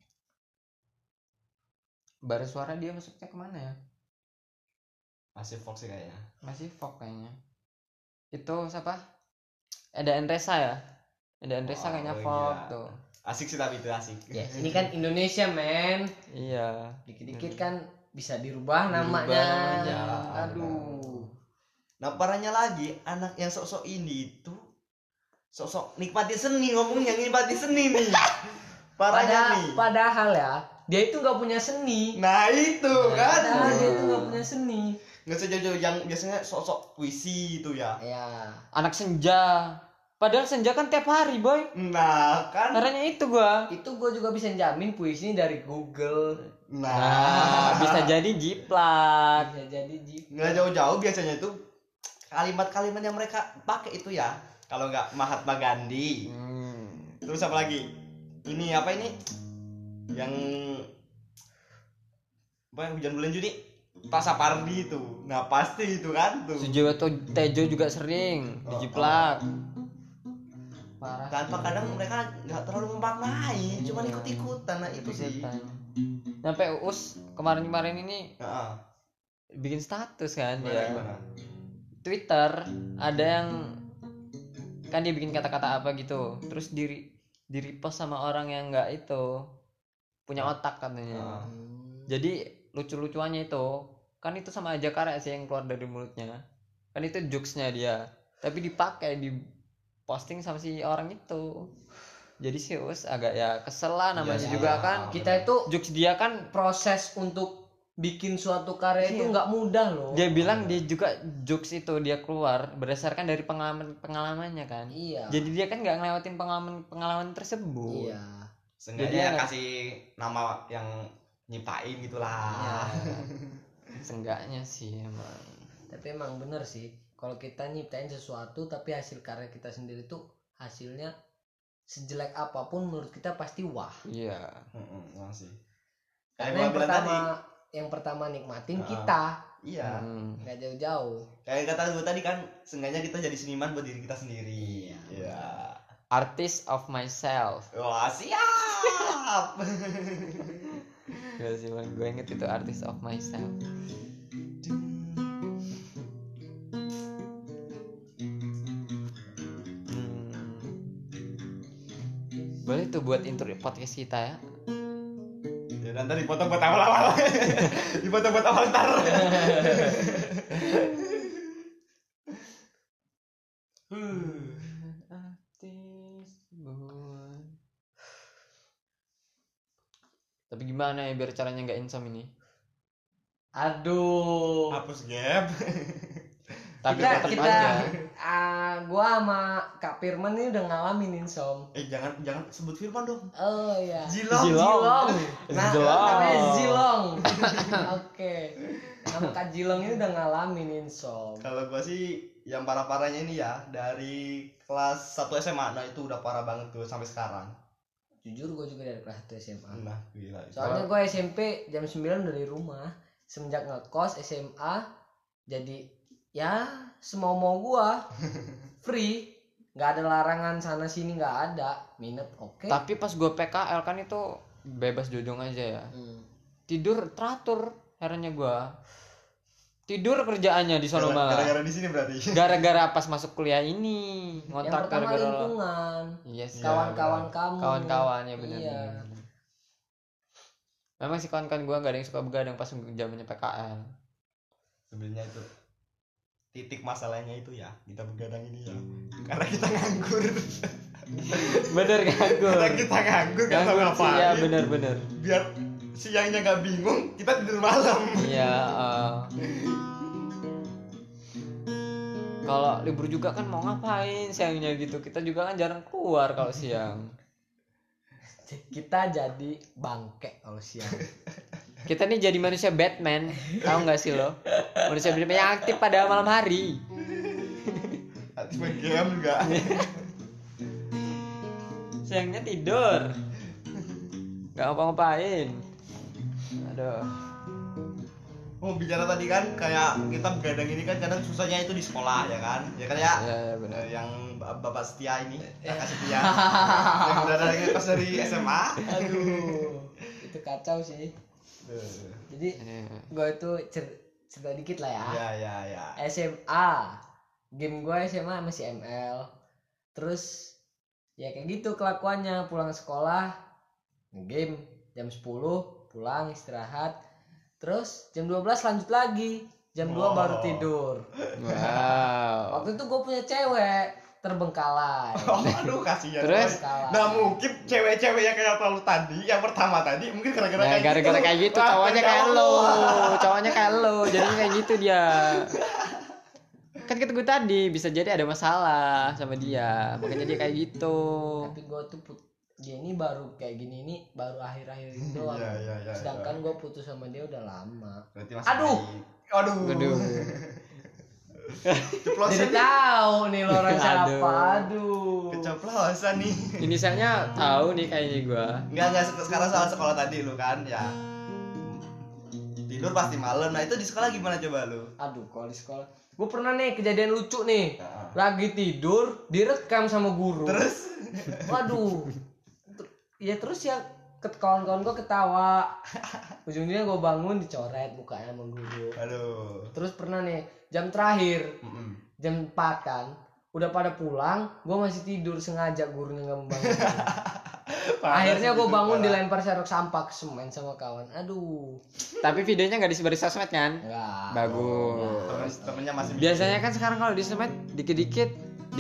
Bara Suara dia masuknya kemana ya? Masih folk sih kayaknya. Masih folk kayaknya. Itu siapa? Eda Endresa ya? Eda Endresa kayaknya folk iya. tuh. Asik sih tapi itu asik. Ya, ini kan Indonesia, men. Iya. Dikit-dikit kan bisa dirubah namanya. namanya. Aduh. Nah parahnya lagi anak yang sok-sok ini itu sok-sok nikmati seni, ngomongnya nikmati seni nih. Parahnya nih. Padahal ya, dia itu nggak punya seni. Nah itu kan. Padahal dia itu nggak punya seni. nggak sejauh yang biasanya sok-sok puisi itu ya. Ya. Anak senja. Padahal senja kan tiap hari, boy. Nah kan. Caranya itu gua. Itu gue juga bisa jamin puisi ini dari Google. Nah, bisa jadi jiplak. Bisa jadi Nggak jauh-jauh biasanya itu kalimat-kalimat yang mereka pakai itu ya. Kalau nggak Mahatma Gandhi. Terus apa lagi? Ini apa ini? Yang apa yang hujan bulan Juni? Pak Sapardi itu. Nah pasti itu kan tuh. Sujiwo Tejo juga sering dijiplak. parah. Tanpa kadang mereka nggak terlalu memaknai, cuma ikut-ikutan. Nah itu sih. Sampai Uus kemarin-kemarin ini Heeh. bikin status kan Gimana, ya. gimana? Twitter ada yang kan dia bikin kata-kata apa gitu, terus di repost sama orang yang nggak itu punya otak katanya. Jadi lucu-lucuannya itu kan itu sama aja karya sih yang keluar dari mulutnya, kan itu jokesnya dia, tapi dipakai di posting sama si orang itu. Jadi si Us agak ya kesel lah namanya Iya, juga iya. kan. Kita itu Jokes dia kan proses untuk bikin suatu karya itu Iya. nggak mudah loh. dia bilang dia juga jokes itu dia keluar berdasarkan dari pengalamannya kan. Iya. Jadi dia kan nggak ngelewatin pengalaman tersebut. Iya. Seenggaknya Jadi ya nggak- kasih nama yang nyiptain gitulah. Ya, seenggaknya sih emang. Tapi emang bener sih, kalau kita nyiptain sesuatu tapi hasil karya kita sendiri tuh hasilnya sejelek apapun menurut kita pasti wah. Iya. Emang sih. Karena gua bilang yang pertama nikmatin Heeh. kita, Iya. nggak jauh-jauh. Kayak kata gue tadi kan, seenggaknya kita jadi seniman buat diri kita sendiri. Iya. Artist of myself. Wah siap. Gak sih bang, gue inget itu artist of myself. Boleh tuh buat intro podcast kita ya. Ya nanti dipotong buat awal-awal. Dipotong buat awal ntar. Artis buat. Tapi gimana ya biar caranya nggak insom ini? Aduh. Hapus gap. Tapi kita tetap aja. Gua sama Kak Firman ini udah ngalamin insom. Jangan sebut Firman dong. Oh iya. Zilong. Nah, Zilong. namanya Zilong. Oke. Nama Kak Zilong ini udah ngalamin insom. Kalau gua sih yang parah-parahnya ini ya dari kelas 1 SMA. Nah itu udah parah banget tuh sampai sekarang. Jujur gue juga dari kelas 1 SMA. Nah gila. Soalnya gue SMP jam 9 dari rumah. Semenjak ngekos SMA jadi ya semau-mau gue. Free. Gak ada larangan sana sini, gak ada. Minat oke. Tapi pas gue PKL kan itu bebas jodong aja ya. Tidur teratur, herannya gue. Tidur kerjaannya di sono malah. Gara-gara di sini berarti. Gara-gara pas masuk kuliah ini Yang ngontrak pertama gara-gara lingkungan. yes, Kawan-kawan kamu. kawan-kawan ya benar. Iya. Memang sih kawan-kawan gue gak ada yang suka begadang pas zamannya PKL. Sebenarnya itu titik masalahnya itu ya kita begadang ini ya karena kita nganggur. Bener nganggur. Karena kita nganggur nggak tahu Nganggur sih ngapain. ya bener-bener. Biar siangnya nggak bingung kita tidur malam. Iya. Kalau libur juga kan mau ngapain siangnya gitu. Kita juga kan jarang keluar kalau siang. Kita jadi bangke kalau siang. Kita nih jadi manusia Batman, tahu nggak sih lo? Manusia Batman yang aktif pada malam hari. Aktif main game juga. Siangnya tidur, nggak ngapa-ngapain. Aduh. Oh bicara tadi kan kayak kita begadang ini kan kadang susahnya itu di sekolah ya kan ya kan ya. Ya benar. Yang bapak setia ini kakak setia yang udah dari pas dari SMA. Aduh, itu kacau sih. Jadi gue itu cerita dikit lah ya. Ya. SMA, game gue SMA masih ML. Terus ya kayak gitu kelakuannya, pulang sekolah game jam 10 pulang istirahat. Terus jam 12 lanjut lagi. Jam 2 baru tidur. Wow. Waktu itu gue punya cewek, terbengkalai. Aduh kasihan. Terus? Terbengkalai. Nah mungkin cewek-cewek yang kayak lu tadi, yang pertama tadi mungkin gara-gara Nah, kayak gara-gara kayak gitu Wah, cowoknya kayak jawab lo, lu. cowoknya kayak lo, jadinya kayak gitu dia. Kan kata gue tadi bisa jadi ada masalah sama dia, makanya dia kayak gitu. Tapi gue tuh dia ini baru kayak gini nih baru akhir-akhir ini doang. Iya. Sedangkan gue putus sama dia udah lama. Berarti masih Aduh. baik. Aduh. Aduh. Ceplosan Jadi nih. tahu nih lo orang siapa. Aduh. Aduh. Keceplosan nih. Inisialnya tahu nih kayaknya gua. Enggak sekarang soal sekolah tadi lu kan ya. Tidur pasti malam. Nah, itu di sekolah gimana coba lu? Aduh, kalau di sekolah gue pernah nih kejadian lucu nih. Heeh. Lagi tidur direkam sama guru. Terus Waduh. Terus ya kawan-kawan gue ketawa. Ujung-ujungnya gue bangun dicoret mukanya sama guru. aduh. Terus pernah nih jam terakhir Mm-mm. jam 4 kan udah pada pulang, gue masih tidur sengaja gurunya nggak membangun. Akhirnya gue bangun dilempar sendok sampah ke semen sama kawan. Aduh. Tapi videonya nggak disebar di sosmed kan? Enggak. Bagus. Temennya masih Biasanya kan sekarang kalau di sosmed dikit-dikit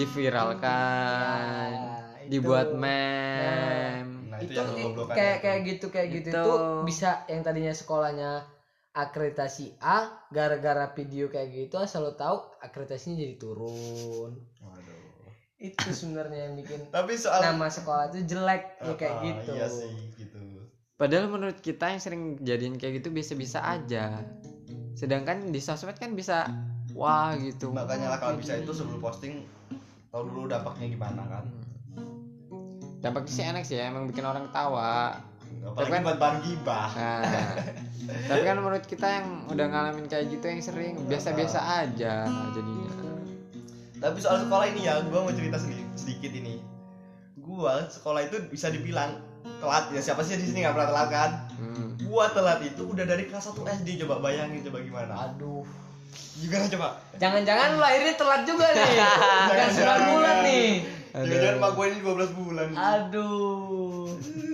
diviralkan, Ya, itu. dibuat meme. Nah, itu yang goblokan kayak gitu Itu. itu bisa yang tadinya sekolahnya akreditasi A gara-gara video kayak gitu asal lo tahu akreditasinya jadi turun. Waduh. Itu sebenarnya yang bikin Tapi soal nama sekolah itu jelek ya kayak gitu. Iya sih gitu. Padahal menurut kita yang sering jadiin kayak gitu biasa-biasa aja. Sedangkan di sosmed kan bisa wah gitu. Makanya lah kalau bisa itu sebelum posting tahu dulu dampaknya gimana kan. Dampaknya sih enak sih, emang bikin orang tawa. Apalagi kan- buat bahan gibah. Nah, tapi kan menurut kita yang udah ngalamin kayak gitu yang sering biasa-biasa aja jadinya. Tapi soal sekolah ini ya, gua mau cerita sedikit ini. Gua sekolah itu bisa dibilang telat ya, siapa sih di sini nggak pernah telat kan? Gua telat itu udah dari kelas 1 SD, coba bayangin coba gimana. Aduh. Gimana coba? Jangan-jangan lo lahirnya telat juga nih. Bukan 9 bulan nih. Jangan-jangan mak gua ini 12 bulan. Aduh.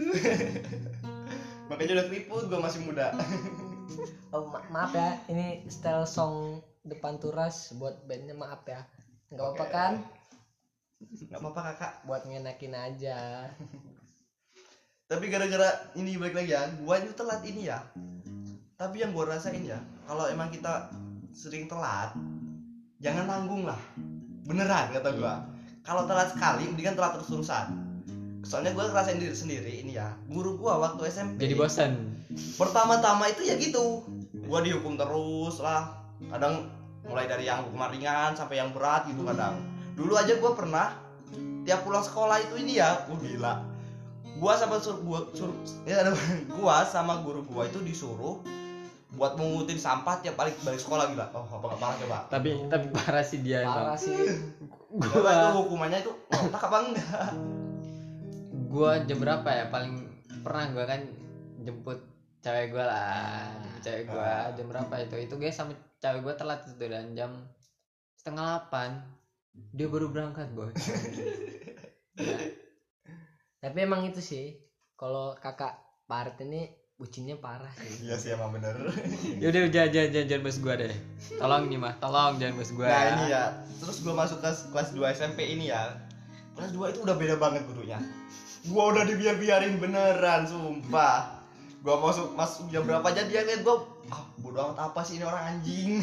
Makanya udah keriput, gua masih muda. Oh, maaf ya, ini style song depan turas buat bandnya, maaf ya. Nggak apa-apa Oke. kan? Nggak apa-apa kakak. Buat ngenakin aja. Tapi gara-gara ini balik lagi ya, gua itu telat ini ya. Tapi yang gua rasain ya, kalau emang kita sering telat, jangan nanggung lah. Beneran kata gua. Kalau telat sekali, mendingan telat terus-terusan. Soalnya gua ngerasain diri sendiri ini ya. Guru gua waktu SMP. Jadi bosan. Pertama-tama itu ya gitu. Gua dihukum terus lah. Kadang mulai dari yang hukuman ringan sampai yang berat gitu kadang. Dulu aja gua pernah tiap pulang sekolah itu ini ya, gila. Gua sama gua sama guru gua itu disuruh buat mengutin sampah tiap balik sekolah, gila. Oh, apa parah coba. Tapi parah sih dia Parah emang. sih. Coba itu hukumannya itu ngotak apa enggak? Gua jam berapa ya paling pernah gua kan jemput cewek gua lah. Cewek gua jam berapa itu guys sama cewek gua telat itu dan jam 7:30 dia baru berangkat boy. Ya. Tapi emang itu sih, kalau kakak Paret ini bucinnya parah sih. Iya sih emang bener. Yaudah jangan bahas gua deh. Tolong nih mah, tolong jangan bahas gua. Nah ini ya, terus gua masuk ke kelas 2 SMP ini ya. Kelas 2 itu udah beda banget gurunya. Gua udah dibiarin beneran, sumpah. Gua masuk jam berapa aja dia lihat gua, bodo amat apa sih ini orang anjing.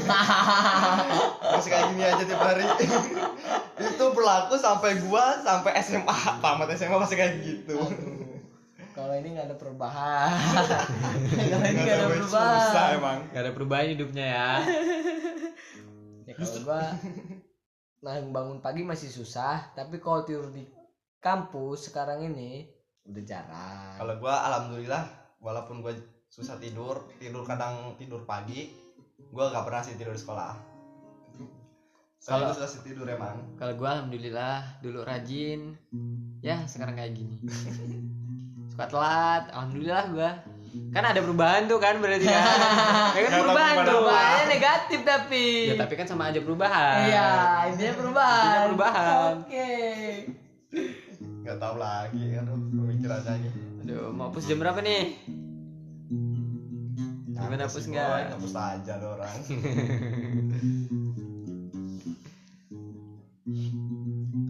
Masih kayak gini aja tiap hari. Itu berlaku sampai SMA, tamat SMA masih kayak gitu. Kalau ini nggak ada perubahan. Kalau ini nggak ada Susah perubahan. emang. Gak ada perubahan hidupnya ya. Ya kalau gua bangun pagi masih susah, tapi kalau tidur di kampus sekarang ini udah jarang. Kalau gua alhamdulillah, walaupun gua susah tidur kadang tidur pagi, gua gak pernah sih tidur di sekolah. Soalnya gua susah tidur emang. Kalau gua alhamdulillah dulu rajin. Ya, sekarang kayak gini. Suka telat, alhamdulillah gua. Kan ada perubahan tuh kan berarti kan. Ya kan perubahan tuh. Perubahannya negatif tapi. Ya tapi kan sama aja perubahan. Iya, intinya perubahan. Intinya perubahan. Oke. Gak tahu lagi, aduh pemikirannya ini. Aduh, mau hapus jam berapa nih? Gimana hapus sih, nggak? boy, hapus aja lo orang.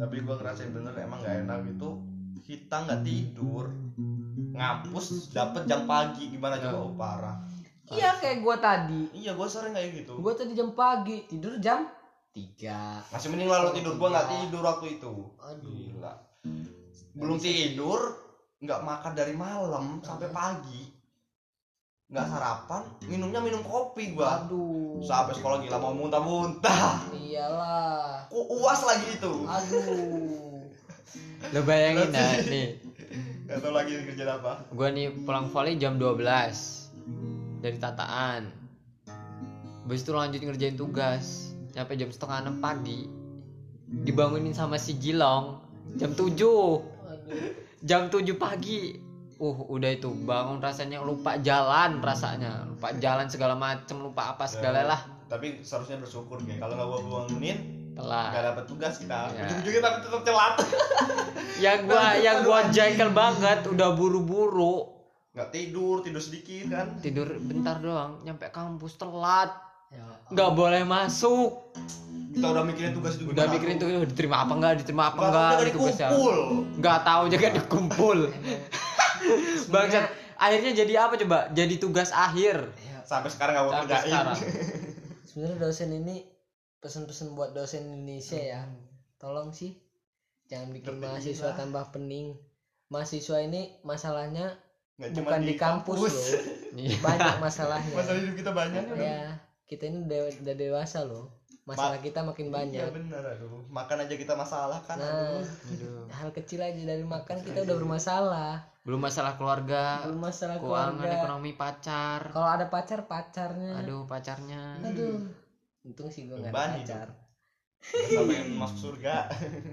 tapi gue ngerasain bener emang nggak enak itu. Kita nggak tidur, ngapus dapet jam pagi, gimana coba? Oh, parah. Iya kayak gua tadi. Iya, gue sering kayak gitu. Gua tadi jam pagi, tidur jam 3. Masih mending lalu tidur, gue nggak tidur waktu itu. Aduh. Gila. Belum tidur, nggak makan dari malam sampai pagi, nggak sarapan, minumnya minum kopi gue. Aduh. Sampai sekolah gila mau muntah-muntah. Iyalah. UAS lagi itu. Aduh. Lo bayangin dah nih, Gak tau lagi kerjaan apa. gua nih pulang volley jam 12 dari tataan. Habis itu lanjut ngerjain tugas sampai jam 5:30 pagi. Dibangunin sama si Gilong jam 7. Jam 7 pagi. Udah itu bangun rasanya lupa jalan, lupa jalan segala macem, lupa apa segala lah. Tapi seharusnya bersyukur kayak kalau nggak gua bangunin Telat. nggak dapet tugas kita. Ya. Ujung-ujungnya tapi tetap telat. yang gua jengkel banget, udah buru-buru Nggak tidur sedikit kan. tidur bentar doang, nyampe kampus telat, Ya. nggak boleh masuk. Kita udah mikirin tugas itu. Udah mikirin tuh diterima apa enggak nggak tugasnya, dikumpul. nggak tahu juga dikumpul. Bangsat, akhirnya jadi apa coba? Jadi tugas akhir. Ya. Sampai sekarang nggak mau Sampai kerjain. sekarang. Sebenarnya dosen ini pesan-pesan buat dosen Indonesia ya. Tolong sih jangan bikin Ngerti mahasiswa lah. tambah pening. Mahasiswa ini masalahnya Nggak cuma bukan di kampus loh. Iya. Banyak masalahnya. Masalah hidup kita banyak. Ya, kita ini udah dewasa loh. Masalah kita makin banyak. Iya benar, aduh. Makan aja kita masalah kan. Nah, Aduh. hal kecil aja dari makan kita udah bermasalah. Belum masalah keluarga, Belum masalah keuangan, keluarga. ekonomi, pacar. Kalau ada pacarnya. Aduh, pacarnya. Aduh. Untung sih gue gak ada Beban pacar. Sampai masuk surga.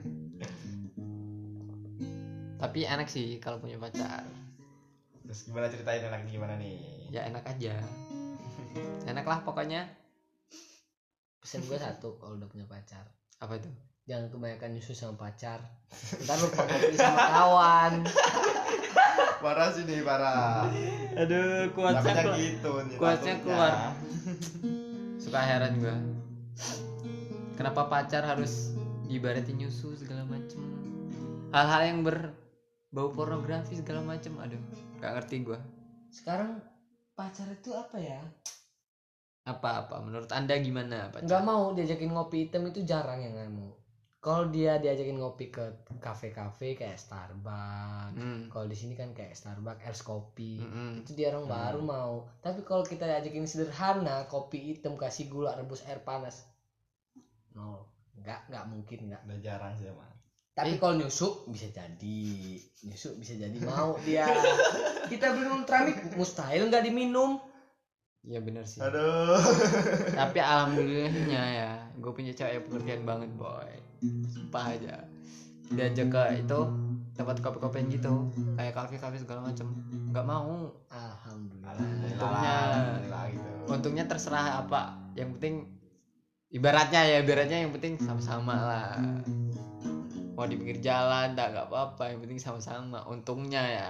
Tapi enak sih kalau punya pacar. Terus gimana ceritain enaknya gimana nih? Ya enak aja. Enak lah pokoknya. Pesan gue satu kalau udah punya pacar. Apa itu? Jangan kebanyakan nyusu sama pacar. Ntar lupa ngopi sama kawan. Parah sih nih, parah. Aduh, Namanya gitu nih. kuatnya takutnya. keluar. Suka heran gua. Kenapa pacar harus diibaratin nyusu segala macem? Hal-hal yang berbau pornografi segala macem. Aduh, gak ngerti gua. Sekarang pacar itu apa ya? Apa menurut Anda gimana pacar? Nggak mau diajakin ngopi hitam itu jarang yang nggak mau. Kalau dia diajakin ngopi ke kafe-kafe kayak Starbucks, kalau di sini kan kayak Starbucks, es kopi, itu dia orang baru mau. Tapi kalau kita diajakin sederhana, kopi hitam kasih gula rebus air panas, no, nggak mungkin nggak. Udah jarang sih emang. Tapi kalau nyusuk bisa jadi mau dia. Kita beli Ultramik mustahil nggak diminum. Iya bener sih. Aduh. Tapi alhamdulillahnya ya, gue punya cewek yang pengertian banget boy. Sumpah aja. Diajak ke itu tempat kopi-kopian gitu, kayak kafe-kafe segala macem, nggak mau. Alhamdulillah. Alhamdulillah gitu. Untungnya terserah apa, yang penting ibaratnya yang penting sama-sama lah. Mau di pinggir jalan tak nggak apa-apa, yang penting sama-sama. Untungnya ya.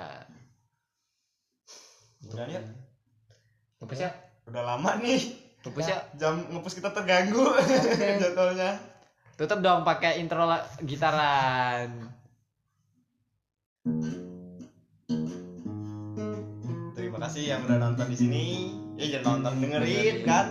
Udah ya. Ngepus ya? Udah lama nih. Ngepus ya? Jam ngepus kita terganggu jadwalnya. Tutup dong pakai intro gitaran. Terima kasih yang udah nonton di sini. Ya jangan nonton, dengerin kan.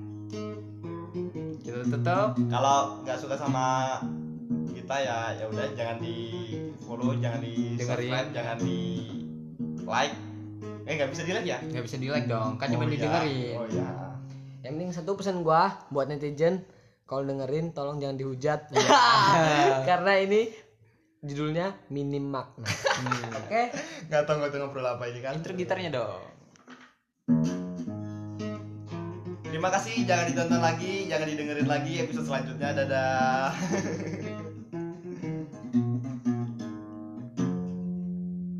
Kita tutup. Kalau nggak suka sama kita ya udah jangan di follow, jangan di subscribe, jangan di like. Nggak bisa di like ya? Nggak bisa di like dong, kan cuma didengerin. Oh ya. Yang penting satu pesan gua buat netizen, kalau dengerin tolong jangan dihujat. Karena ini judulnya minim makna. Oke. Nggak tahu ngobrol apa ini kan. Intro gitarnya dong. Terima kasih, jangan ditonton lagi, jangan didengerin lagi episode selanjutnya. Dadah.